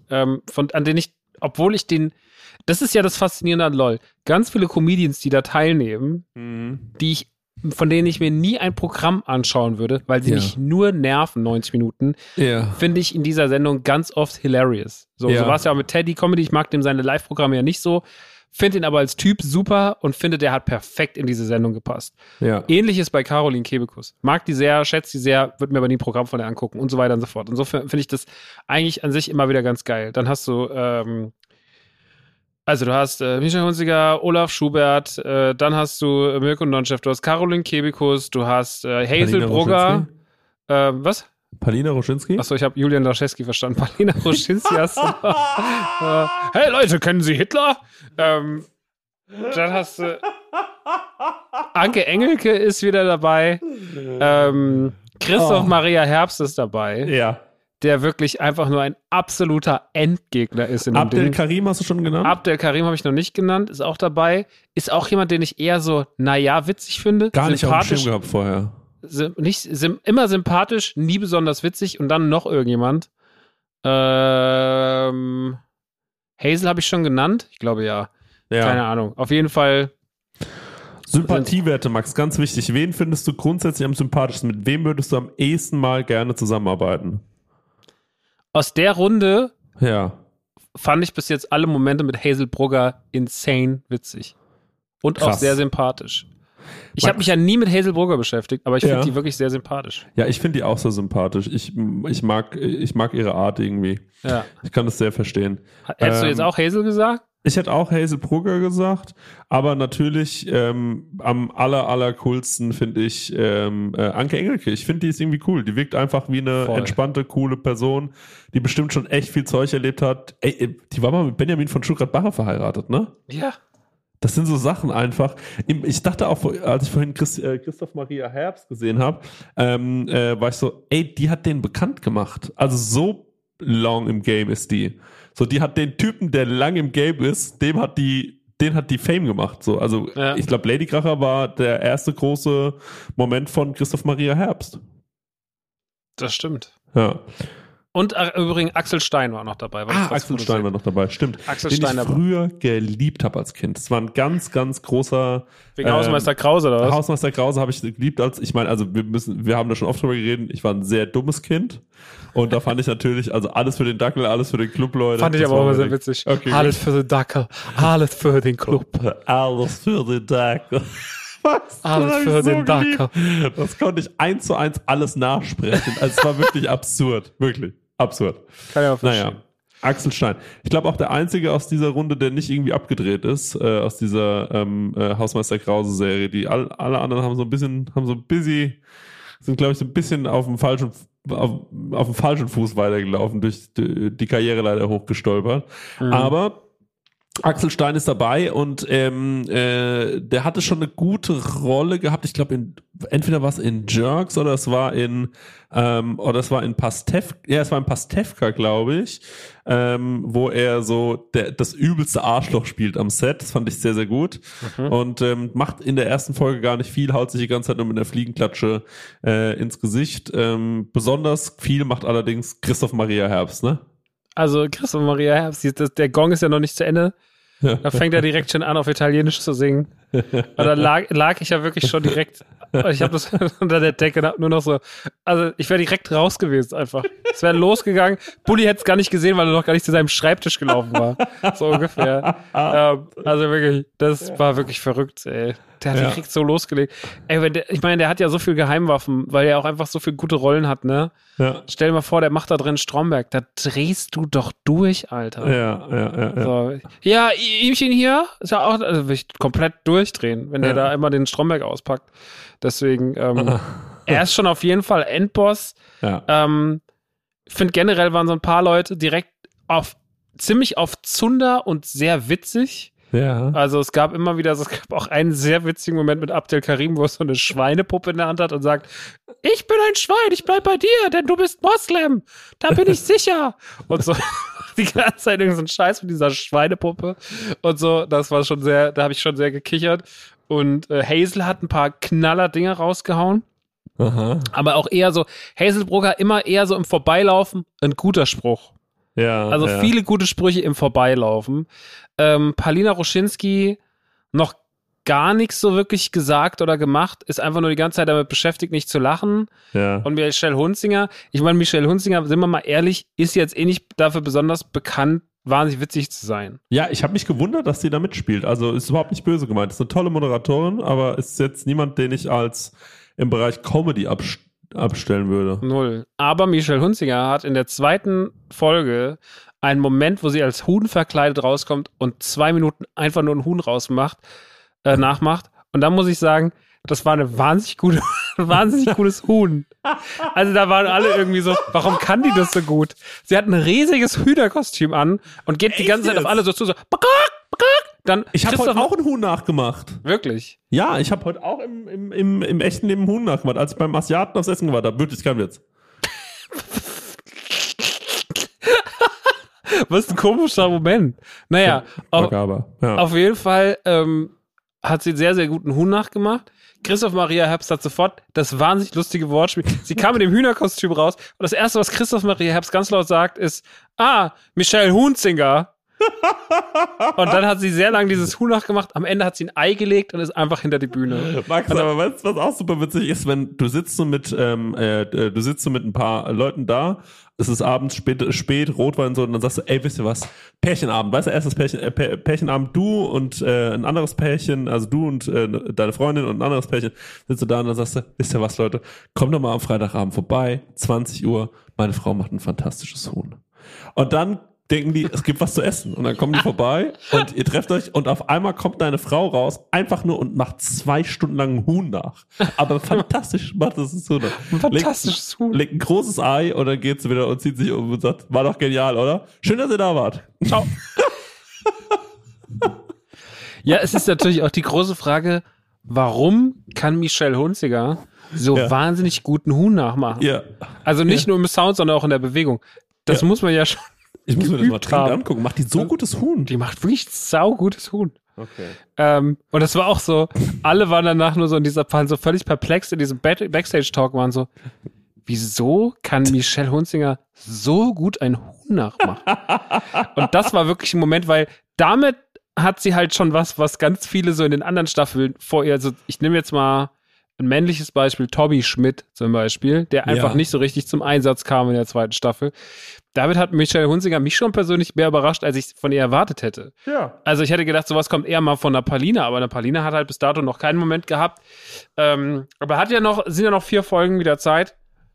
das ist ja das Faszinierende an LOL. Ganz viele Comedians, die da teilnehmen, von denen ich mir nie ein Programm anschauen würde, weil sie mich nur nerven, 90 Minuten, finde ich in dieser Sendung ganz oft hilarious. So war es ja auch mit Teddy Comedy. Ich mag dem seine Live-Programme ja nicht so. Finde ihn aber als Typ super und finde, der hat perfekt in diese Sendung gepasst. Ja. Ähnliches bei Caroline Kebekus. Mag die sehr, schätze die sehr, würde mir aber nie ein Programm von der angucken und so weiter und so fort. Insofern finde ich das eigentlich an sich immer wieder ganz geil. Dann hast du, du hast Michelle Hunziker, Olaf Schubert, dann hast du Mirko Nonchev, du hast Caroline Kebekus, du hast Hazel Brugger. Was? Palina Roschinski? Achso, ich habe Julian Laschewski verstanden. Palina Roschinski hast du. Hey Leute, kennen Sie Hitler? Dann hast du Anke Engelke ist wieder dabei. Christoph Maria Herbst ist dabei. Ja. Der wirklich einfach nur ein absoluter Endgegner ist in dem Abdel Karim hast du schon genannt? Abdel Karim habe ich noch nicht genannt, ist auch dabei. Ist auch jemand, den ich eher so, witzig finde. Gar nicht auf dem Schirm gehabt vorher. Immer sympathisch, nie besonders witzig und dann noch irgendjemand. Hazel habe ich schon genannt? Ich glaube ja. Keine Ahnung. Auf jeden Fall. Sympathiewerte, Max, ganz wichtig. Wen findest du grundsätzlich am sympathischsten? Mit wem würdest du am ehesten mal gerne zusammenarbeiten? Aus der Runde Ja. fand ich bis jetzt alle Momente mit Hazel Brugger insane witzig. Und auch sehr sympathisch. Ich habe mich ja nie mit Hazel Brugger beschäftigt, aber ich finde die wirklich sehr sympathisch. Ja, ich finde die auch sehr sympathisch. Ich mag ihre Art irgendwie. Ja. Ich kann das sehr verstehen. Hättest du jetzt auch Hazel gesagt? Ich hätte auch Hazel Brugger gesagt, aber natürlich am allercoolsten finde ich Anke Engelke. Ich finde, die ist irgendwie cool. Die wirkt einfach wie eine entspannte, coole Person, die bestimmt schon echt viel Zeug erlebt hat. Ey, die war mal mit Benjamin von Stuttgart-Barre verheiratet, ne? Ja. Das sind so Sachen einfach. Ich dachte auch, als ich vorhin Christoph Maria Herbst gesehen habe, war ich so, ey, die hat den bekannt gemacht. Also so long im Game ist die. So, die hat den Typen, der lang im Game ist, den hat die Fame gemacht. So, also ich glaube, Lady Kracher war der erste große Moment von Christoph Maria Herbst. Das stimmt. Ja. Und übrigens Axel Stein war noch dabei. Axel Stein war noch dabei, stimmt. Axel den Stein ich früher geliebt habe als Kind. Das war ein ganz, ganz großer... Wegen Hausmeister Krause, oder was? Hausmeister Krause habe ich geliebt wir haben da schon oft drüber geredet, ich war ein sehr dummes Kind. Und da fand ich natürlich, also alles für den Dackel, alles für den Club, Leute. Fand ich aber auch immer sehr witzig. Okay, alles für den Dackel, alles für den Club. Alles für den Dackel. Was? Alles für den Dackel. Das konnte ich 1:1 alles nachsprechen. Also es war wirklich absurd. Wirklich absurd. Kann ich auch verstehen. Naja, Axel Stein. Ich glaube auch der einzige aus dieser Runde, der nicht irgendwie abgedreht ist, aus dieser Hausmeister Krause-Serie. Die alle anderen sind, glaube ich, so ein bisschen auf dem falschen Fuß weitergelaufen, durch die Karriere leider hochgestolpert. Mhm. Aber Axel Stein ist dabei und der hatte schon eine gute Rolle gehabt. Ich glaube, entweder war es in Jerks oder es war in Pastewka. Ja, es war in Pastewka, glaube ich, wo er so das übelste Arschloch spielt am Set. Das fand ich sehr, sehr gut. Mhm. Und macht in der ersten Folge gar nicht viel, haut sich die ganze Zeit nur mit einer Fliegenklatsche ins Gesicht. Besonders viel macht allerdings Christoph Maria Herbst, ne? Also Christoph Maria Herbst, der Gong ist ja noch nicht zu Ende. Da fängt er direkt schon an, auf Italienisch zu singen. Und da lag ich ja wirklich schon direkt, ich habe das unter der Decke und hab nur noch so, also ich wäre direkt raus gewesen einfach. Es wäre losgegangen. Bulli hätte es gar nicht gesehen, weil er noch gar nicht zu seinem Schreibtisch gelaufen war. So ungefähr. Also wirklich, das war wirklich verrückt, ey. Der hat direkt so losgelegt. Ey, der hat ja so viel Geheimwaffen, weil er auch einfach so viele gute Rollen hat, ne? Ja. Stell dir mal vor, der macht da drin Stromberg. Da drehst du doch durch, Alter. Ja. So. Ja, Ihmchen hier ist ja auch, also will ich komplett durchdrehen, wenn der da immer den Stromberg auspackt. Deswegen, er ist schon auf jeden Fall Endboss. Ja. Ich finde generell waren so ein paar Leute direkt ziemlich auf Zunder und sehr witzig. Ja. Also es gab auch einen sehr witzigen Moment mit Abdel Karim, wo er so eine Schweinepuppe in der Hand hat und sagt, ich bin ein Schwein, ich bleib bei dir, denn du bist Moslem, da bin ich sicher. Und so die ganze Zeit irgend so ein Scheiß mit dieser Schweinepuppe und so, das war schon da habe ich schon sehr gekichert. Und Hazel hat ein paar Knaller-Dinger rausgehauen. Aha. Aber auch eher so, Hazel Brugger immer eher so im Vorbeilaufen, ein guter Spruch. Ja. Also viele gute Sprüche im Vorbeilaufen. Paulina Roschinski noch gar nichts so wirklich gesagt oder gemacht, ist einfach nur die ganze Zeit damit beschäftigt, nicht zu lachen. Ja. Und Michelle Hunzinger, Michelle Hunzinger, sind wir mal ehrlich, ist jetzt nicht dafür besonders bekannt, wahnsinnig witzig zu sein. Ja, ich habe mich gewundert, dass sie da mitspielt. Also ist überhaupt nicht böse gemeint. Ist eine tolle Moderatorin, aber ist jetzt niemand, den ich als im Bereich Comedy abstellen würde. Null. Aber Michelle Hunzinger hat in der zweiten Folge einen Moment, wo sie als Huhn verkleidet rauskommt und 2 Minuten einfach nur ein Huhn nachmacht. Und dann muss ich sagen, das war eine wahnsinnig gutes Huhn. Also da waren alle irgendwie so, warum kann die das so gut? Sie hat ein riesiges Hühnerkostüm an und geht die ganze Zeit auf alle so zu, so, dann ich habe heute auch ein Huhn nachgemacht. Wirklich? Ja, ich habe heute auch im echten Leben ein Huhn nachgemacht, als ich beim Asiaten aufs Essen gewartet habe. Wirklich, kein Witz. Was ein komischer Moment. Naja, auf jeden Fall hat sie sehr, sehr guten Huhn nachgemacht. Christoph Maria Herbst hat sofort das wahnsinnig lustige Wortspiel. Sie kam mit dem Hühnerkostüm raus und das Erste, was Christoph Maria Herbst ganz laut sagt, ist, Michelle Hunzinger. Und dann hat sie sehr lange dieses Huhn nachgemacht. Am Ende hat sie ein Ei gelegt und ist einfach hinter die Bühne. Max, aber weißt du, was auch super witzig ist, wenn du sitzt so mit ein paar Leuten da, es ist abends spät, Rotwein so, und dann sagst du, ey, wisst ihr was? Pärchenabend, weißt du, erstes Pärchenabend, du und ein anderes Pärchen, also du und deine Freundin und ein anderes Pärchen, sitzt du da und dann sagst du, wisst ihr was, Leute, kommt doch mal am Freitagabend vorbei, 20 Uhr, meine Frau macht ein fantastisches Huhn. Und dann denken die, es gibt was zu essen. Und dann kommen die vorbei und ihr trefft euch und auf einmal kommt deine Frau raus, einfach nur und macht 2 Stunden lang ein Huhn nach. Aber fantastisch macht das Huhn. Ein fantastisches Huhn. Legt ein großes Ei und dann geht sie wieder und zieht sich um und sagt, war doch genial, oder? Schön, dass ihr da wart. Ciao. Ja, es ist natürlich auch die große Frage, warum kann Michelle Hunziker so wahnsinnig guten Huhn nachmachen? Ja. Also nicht nur im Sound, sondern auch in der Bewegung. Das muss man ja schon. Ich muss mir das mal dringend angucken. Macht die so gutes Huhn? Die macht wirklich saugutes Huhn. Okay. Und das war auch so, alle waren danach nur so in waren so völlig perplex in diesem Backstage-Talk, waren so, wieso kann Michelle Hunziker so gut ein Huhn nachmachen? Und das war wirklich ein Moment, weil damit hat sie halt schon was ganz viele so in den anderen Staffeln vor ihr, also ich nehme jetzt mal ein männliches Beispiel, Tommy Schmidt zum Beispiel, der einfach nicht so richtig zum Einsatz kam in der 2. Staffel. Damit hat Michelle Hunziker mich schon persönlich mehr überrascht, als ich von ihr erwartet hätte. Ja. Also ich hätte gedacht, sowas kommt eher mal von der Palina, aber eine Palina hat halt bis dato noch keinen Moment gehabt. Aber sind ja noch 4 Folgen wieder Zeit.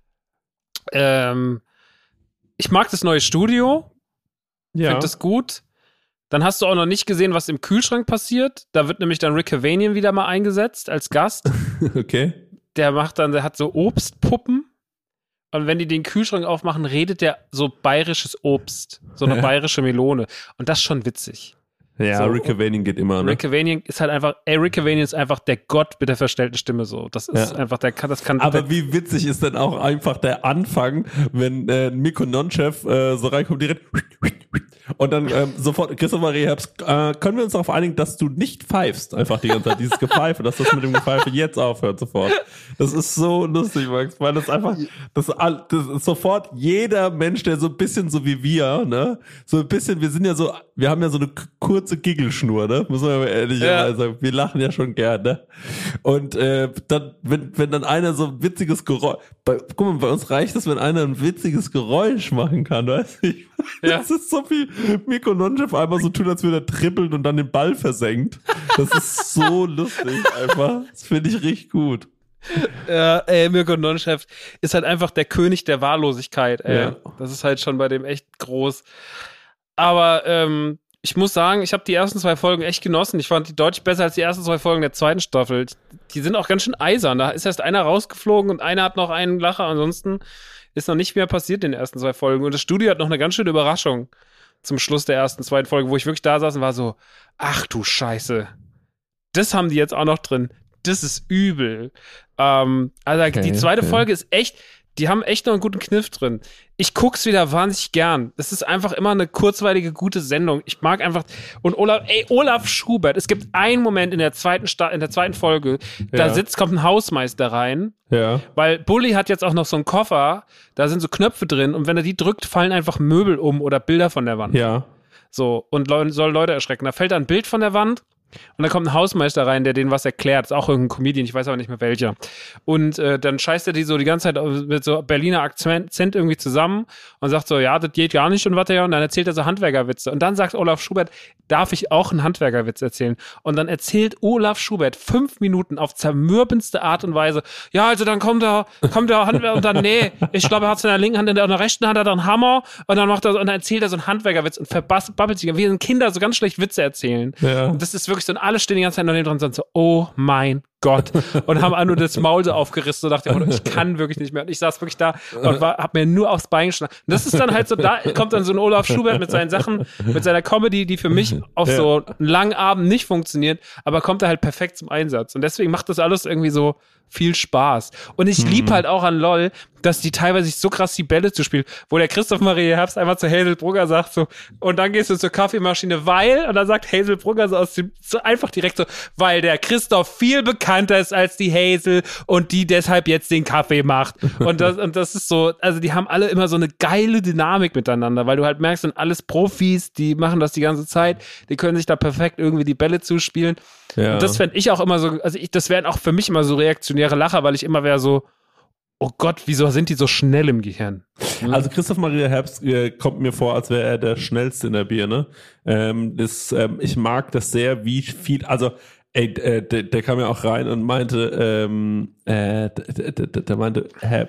Ich mag das neue Studio. Ja. Finde das gut. Dann hast du auch noch nicht gesehen, was im Kühlschrank passiert. Da wird nämlich dann Rick Cavanian wieder mal eingesetzt als Gast. Okay. Der hat so Obstpuppen. Und wenn die den Kühlschrank aufmachen, redet der so bayerisches Obst. So eine bayerische Melone. Und das ist schon witzig. Ja, so, Rick Cavanian geht immer, ne? Rick Cavanian ist halt einfach, Rick Cavanian ist einfach der Gott mit der verstellten Stimme so. Das ist einfach, Aber wie witzig ist denn auch einfach der Anfang, wenn Mirko Nonchev so reinkommt, direkt und dann sofort, Christoph Maria Herbst, können wir uns darauf einigen, dass du nicht pfeifst, einfach die ganze Zeit, dieses Gepfeife, dass das mit dem Gepfeife jetzt aufhört sofort. Das ist so lustig, Max, weil das einfach, das ist sofort jeder Mensch, der so ein bisschen so wie wir, ne, so ein bisschen, wir haben ja so eine kurze Giggelschnur, ne, muss man ja ehrlich sagen, wir lachen ja schon gern, ne, und dann, wenn dann einer so ein witziges Geräusch, guck mal, bei uns reicht es, wenn einer ein witziges Geräusch machen kann, weißt du? Das ist so viel Mirko Nonchev einmal so tun, als würde er trippeln und dann den Ball versenkt. Das ist so lustig einfach. Das finde ich richtig gut. Ja, Mirko Nonchev ist halt einfach der König der Wahllosigkeit, ey. Ja. Das ist halt schon bei dem echt groß. Aber ich muss sagen, ich habe die ersten 2 Folgen echt genossen. Ich fand die deutlich besser als die ersten 2 Folgen der 2. Staffel. Die sind auch ganz schön eisern. Da ist erst einer rausgeflogen und einer hat noch einen Lacher. Ansonsten ist noch nicht mehr passiert in den ersten 2 Folgen. Und das Studio hat noch eine ganz schöne Überraschung zum Schluss der ersten 2. Folge, wo ich wirklich da saß und war so, ach du Scheiße. Das haben die jetzt auch noch drin. Das ist übel. Die 2. Folge ist echt, die haben echt noch einen guten Kniff drin. Ich guck's wieder wahnsinnig gern. Das ist einfach immer eine kurzweilige, gute Sendung. Ich mag einfach, und Olaf Schubert, es gibt einen Moment in der zweiten Folge, da kommt ein Hausmeister rein, weil Bully hat jetzt auch noch so einen Koffer, da sind so Knöpfe drin und wenn er die drückt, fallen einfach Möbel um oder Bilder von der Wand. Ja. So, und soll Leute erschrecken. Da fällt da ein Bild von der Wand. Und dann kommt ein Hausmeister rein, der denen was erklärt. Das ist auch irgendein Comedian, ich weiß aber nicht mehr welcher. Und dann scheißt er die so die ganze Zeit mit so Berliner Akzent irgendwie zusammen und sagt so, ja, das geht gar nicht und was ja. Und dann erzählt er so Handwerkerwitze. Und dann sagt Olaf Schubert, darf ich auch einen Handwerkerwitz erzählen? Und dann erzählt Olaf Schubert 5 Minuten auf zermürbendste Art und Weise. Ja, also dann kommt der Handwerker und dann, nee, ich glaube, er hat es in der linken Hand, in der rechten Hand hat er einen Hammer und dann und dann erzählt er so einen Handwerkerwitz und verbabbelt sich, wie Kinder so ganz schlecht Witze erzählen. Ja. Und das ist wirklich so, und alle stehen die ganze Zeit noch neben dran und sagen so, oh mein Gott. Und haben nur das Maul so aufgerissen und dachte, ich kann wirklich nicht mehr. Und ich saß wirklich da und hab mir nur aufs Bein geschlagen. Und das ist dann halt so, da kommt dann so ein Olaf Schubert mit seinen Sachen, mit seiner Comedy, die für mich auf so einen langen Abend nicht funktioniert, aber kommt da halt perfekt zum Einsatz. Und deswegen macht das alles irgendwie so viel Spaß. Und ich liebe halt auch an LOL, dass die teilweise so krass die Bälle zu spielen, wo der Christoph Maria Herbst einfach zu Hazel Brugger sagt so, und dann gehst du zur Kaffeemaschine, weil, und dann sagt Hazel Brugger so einfach direkt so, weil der Christoph viel bekannter ist als die Hazel und die deshalb jetzt den Kaffee macht. Und das ist so, also die haben alle immer so eine geile Dynamik miteinander, weil du halt merkst, sind alles Profis, die machen das die ganze Zeit, die können sich da perfekt irgendwie die Bälle zuspielen. Ja. Und das fände ich auch immer so, das wären auch für mich immer so reaktionäre Lacher, weil ich immer wäre so, oh Gott, wieso sind die so schnell im Gehirn? Also Christoph Maria Herbst kommt mir vor, als wäre er der Schnellste in der Birne. Ich mag das sehr, wie viel, also der kam ja auch rein und meinte, der meinte,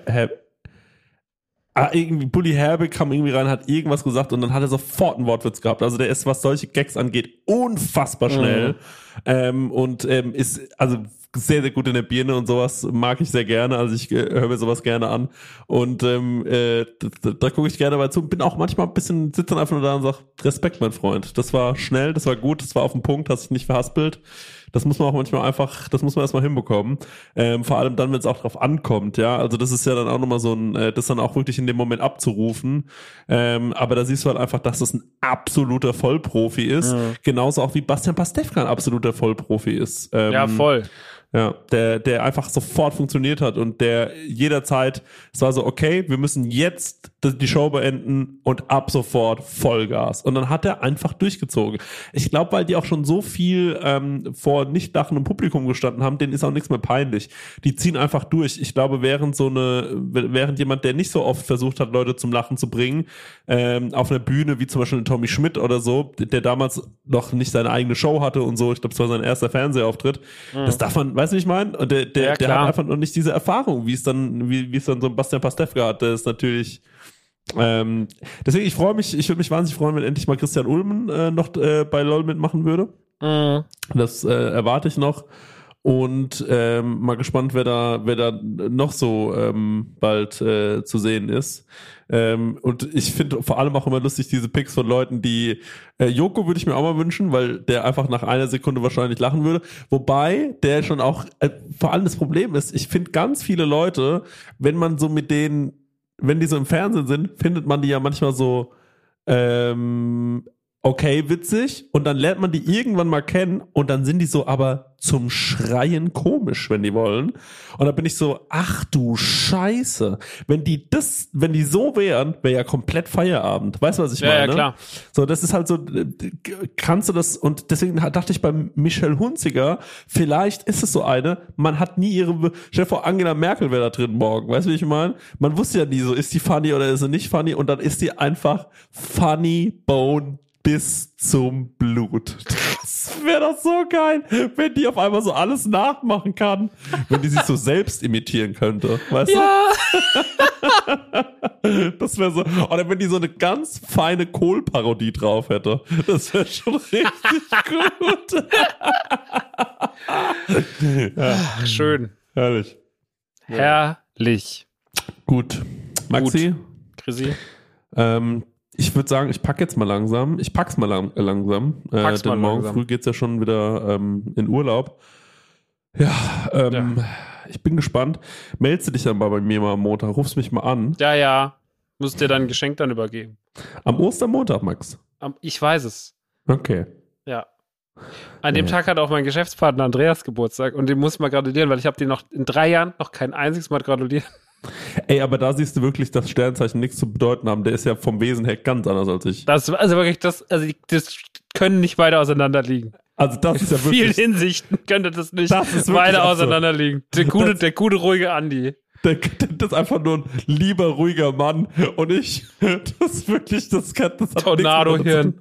irgendwie Bully Herbig kam irgendwie rein, hat irgendwas gesagt und dann hat er sofort einen Wortwitz gehabt. Also der ist, was solche Gags angeht, unfassbar schnell ist also sehr, sehr gut in der Birne und sowas mag ich sehr gerne. Also ich höre mir sowas gerne an und da gucke ich gerne mal zu. Bin auch manchmal ein bisschen, sitze dann einfach nur da und sage, Respekt, mein Freund. Das war schnell, das war gut, das war auf den Punkt, hast dich nicht verhaspelt. Das muss man auch manchmal einfach, das muss man erstmal hinbekommen. Vor allem dann, wenn es auch drauf ankommt, ja. Also das ist ja dann auch nochmal so ein, das dann auch wirklich in dem Moment abzurufen. Aber da siehst du halt einfach, dass das ein absoluter Vollprofi ist. Genauso auch wie Bastian Pastewka ein absoluter Vollprofi ist. Ja, voll. Ja, der einfach sofort funktioniert hat und der jederzeit, es war so, okay, wir müssen jetzt die Show beenden und ab sofort Vollgas. Und dann hat er einfach durchgezogen. Ich glaube, weil die auch schon so viel vor nicht lachendem Publikum gestanden haben, denen ist auch nichts mehr peinlich. Die ziehen einfach durch. Ich glaube, während jemand, der nicht so oft versucht hat, Leute zum Lachen zu bringen, auf einer Bühne, wie zum Beispiel Tommy Schmidt oder so, der damals noch nicht seine eigene Show hatte und so, ich glaube, es war sein erster Fernsehauftritt, das darf man, weißt du, wie ich meine? Und der hat einfach noch nicht diese Erfahrung, wie es dann so ein Bastian Pastewka hat. Der ist natürlich deswegen, ich würde mich wahnsinnig freuen, wenn endlich mal Christian Ulmen noch bei LOL mitmachen würde. Das erwarte ich noch. Und mal gespannt, wer da noch so bald zu sehen ist. Und ich finde vor allem auch immer lustig diese Pics von Leuten, die Joko würde ich mir auch mal wünschen, weil der einfach nach einer Sekunde wahrscheinlich lachen würde. Wobei der schon auch vor allem das Problem ist, ich finde ganz viele Leute, wenn man so mit denen, wenn die so im Fernsehen sind, findet man die ja manchmal so okay, witzig, und dann lernt man die irgendwann mal kennen und dann sind die so aber zum Schreien komisch, wenn die wollen. Und da bin ich so, ach du Scheiße. Wenn die so wären, wäre ja komplett Feierabend. Weißt du, was ich meine? Ja, klar. So, das ist halt so, kannst du das, und deswegen dachte ich bei Michelle Hunziker, vielleicht ist es so eine, man hat nie stell dir vor, Angela Merkel wäre da drin morgen. Weißt du, wie ich meine? Man wusste ja nie so, ist die funny oder ist sie nicht funny, und dann ist die einfach funny bone bis zum Blut. Das wäre doch so geil, wenn die auf einmal so alles nachmachen kann, wenn die sich so selbst imitieren könnte, weißt du? Das wäre so, oder wenn die so eine ganz feine Kohl-Parodie drauf hätte, das wäre schon richtig gut. Ach, schön. Herrlich. Herrlich. Gut. Maxi? Chrissy? Ich würde sagen, ich pack's mal langsam. Denn morgen früh geht's ja schon wieder in Urlaub. Ich bin gespannt. Meldest du dich dann bei mir mal am Montag? Rufst mich mal an. Ja. Musst dir dein Geschenk dann übergeben. Am Ostermontag, Max? Ich weiß es. Okay. Ja. An dem Tag hat auch mein Geschäftspartner Andreas Geburtstag und den muss ich mal gratulieren, weil ich habe den noch in 3 Jahren noch kein einziges Mal gratuliert. Ey, aber da siehst du wirklich, dass Sternzeichen nichts zu bedeuten haben. Der ist ja vom Wesen her ganz anders als ich. Das können nicht weiter auseinander liegen. Also das ist ja wirklich... Vielen Hinsichten könnte das nicht weiter auseinander liegen. Der gute, ruhige Andi. Das ist einfach nur ein lieber, ruhiger Mann. Und ich, das ist wirklich, das hat Tornado-Hirn.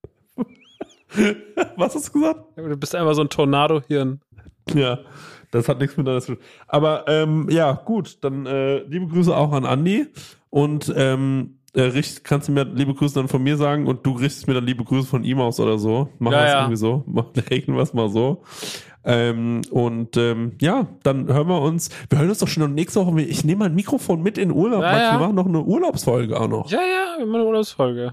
Was hast du gesagt? Du bist einfach so ein Tornado-Hirn. Ja. Das hat nichts miteinander zu tun. Aber gut, dann liebe Grüße auch an Andi und kannst du mir liebe Grüße dann von mir sagen und du richtest mir dann liebe Grüße von ihm aus oder so. Machen wir es irgendwie so. Regeln wir es mal so. Ja, dann hören wir uns doch schon nächste Woche. Ich nehme mein Mikrofon mit in Urlaub. Ja, Max, ja. wir machen noch eine Urlaubsfolge auch noch. Ja, immer eine Urlaubsfolge.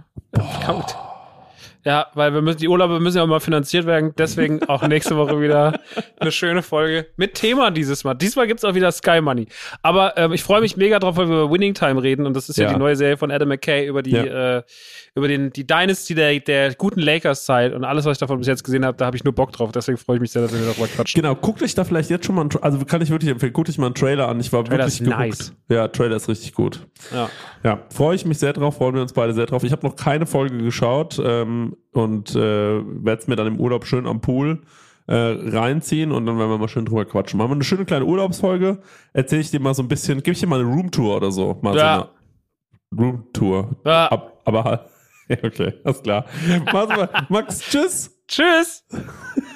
Ja, weil die Urlaube müssen ja auch mal finanziert werden. Deswegen auch nächste Woche wieder eine schöne Folge mit Thema dieses Mal. Diesmal gibt's auch wieder Sky Money. Aber ich freue mich mega drauf, weil wir über Winning Time reden. Und das ist ja die neue Serie von Adam McKay über die die Dynasty der guten Lakers-Zeit. Und alles, was ich davon bis jetzt gesehen habe, da habe ich nur Bock drauf. Deswegen freue ich mich sehr, dass wir darüber quatschen. Genau, guckt euch da vielleicht jetzt schon mal also kann ich wirklich empfehlen, guckt euch mal einen Trailer an. Ich war Trailer wirklich ist nice. Ja, Trailer ist richtig gut. Ja, freue ich mich sehr drauf, freuen wir uns beide sehr drauf. Ich habe noch keine Folge geschaut und werde es mir dann im Urlaub schön am Pool reinziehen und dann werden wir mal schön drüber quatschen. Machen wir eine schöne kleine Urlaubsfolge. Erzähle ich dir mal so ein bisschen, gebe ich dir mal eine Roomtour oder so. Mal so eine Roomtour. Ja. Aber okay, alles klar. Max, tschüss. Tschüss.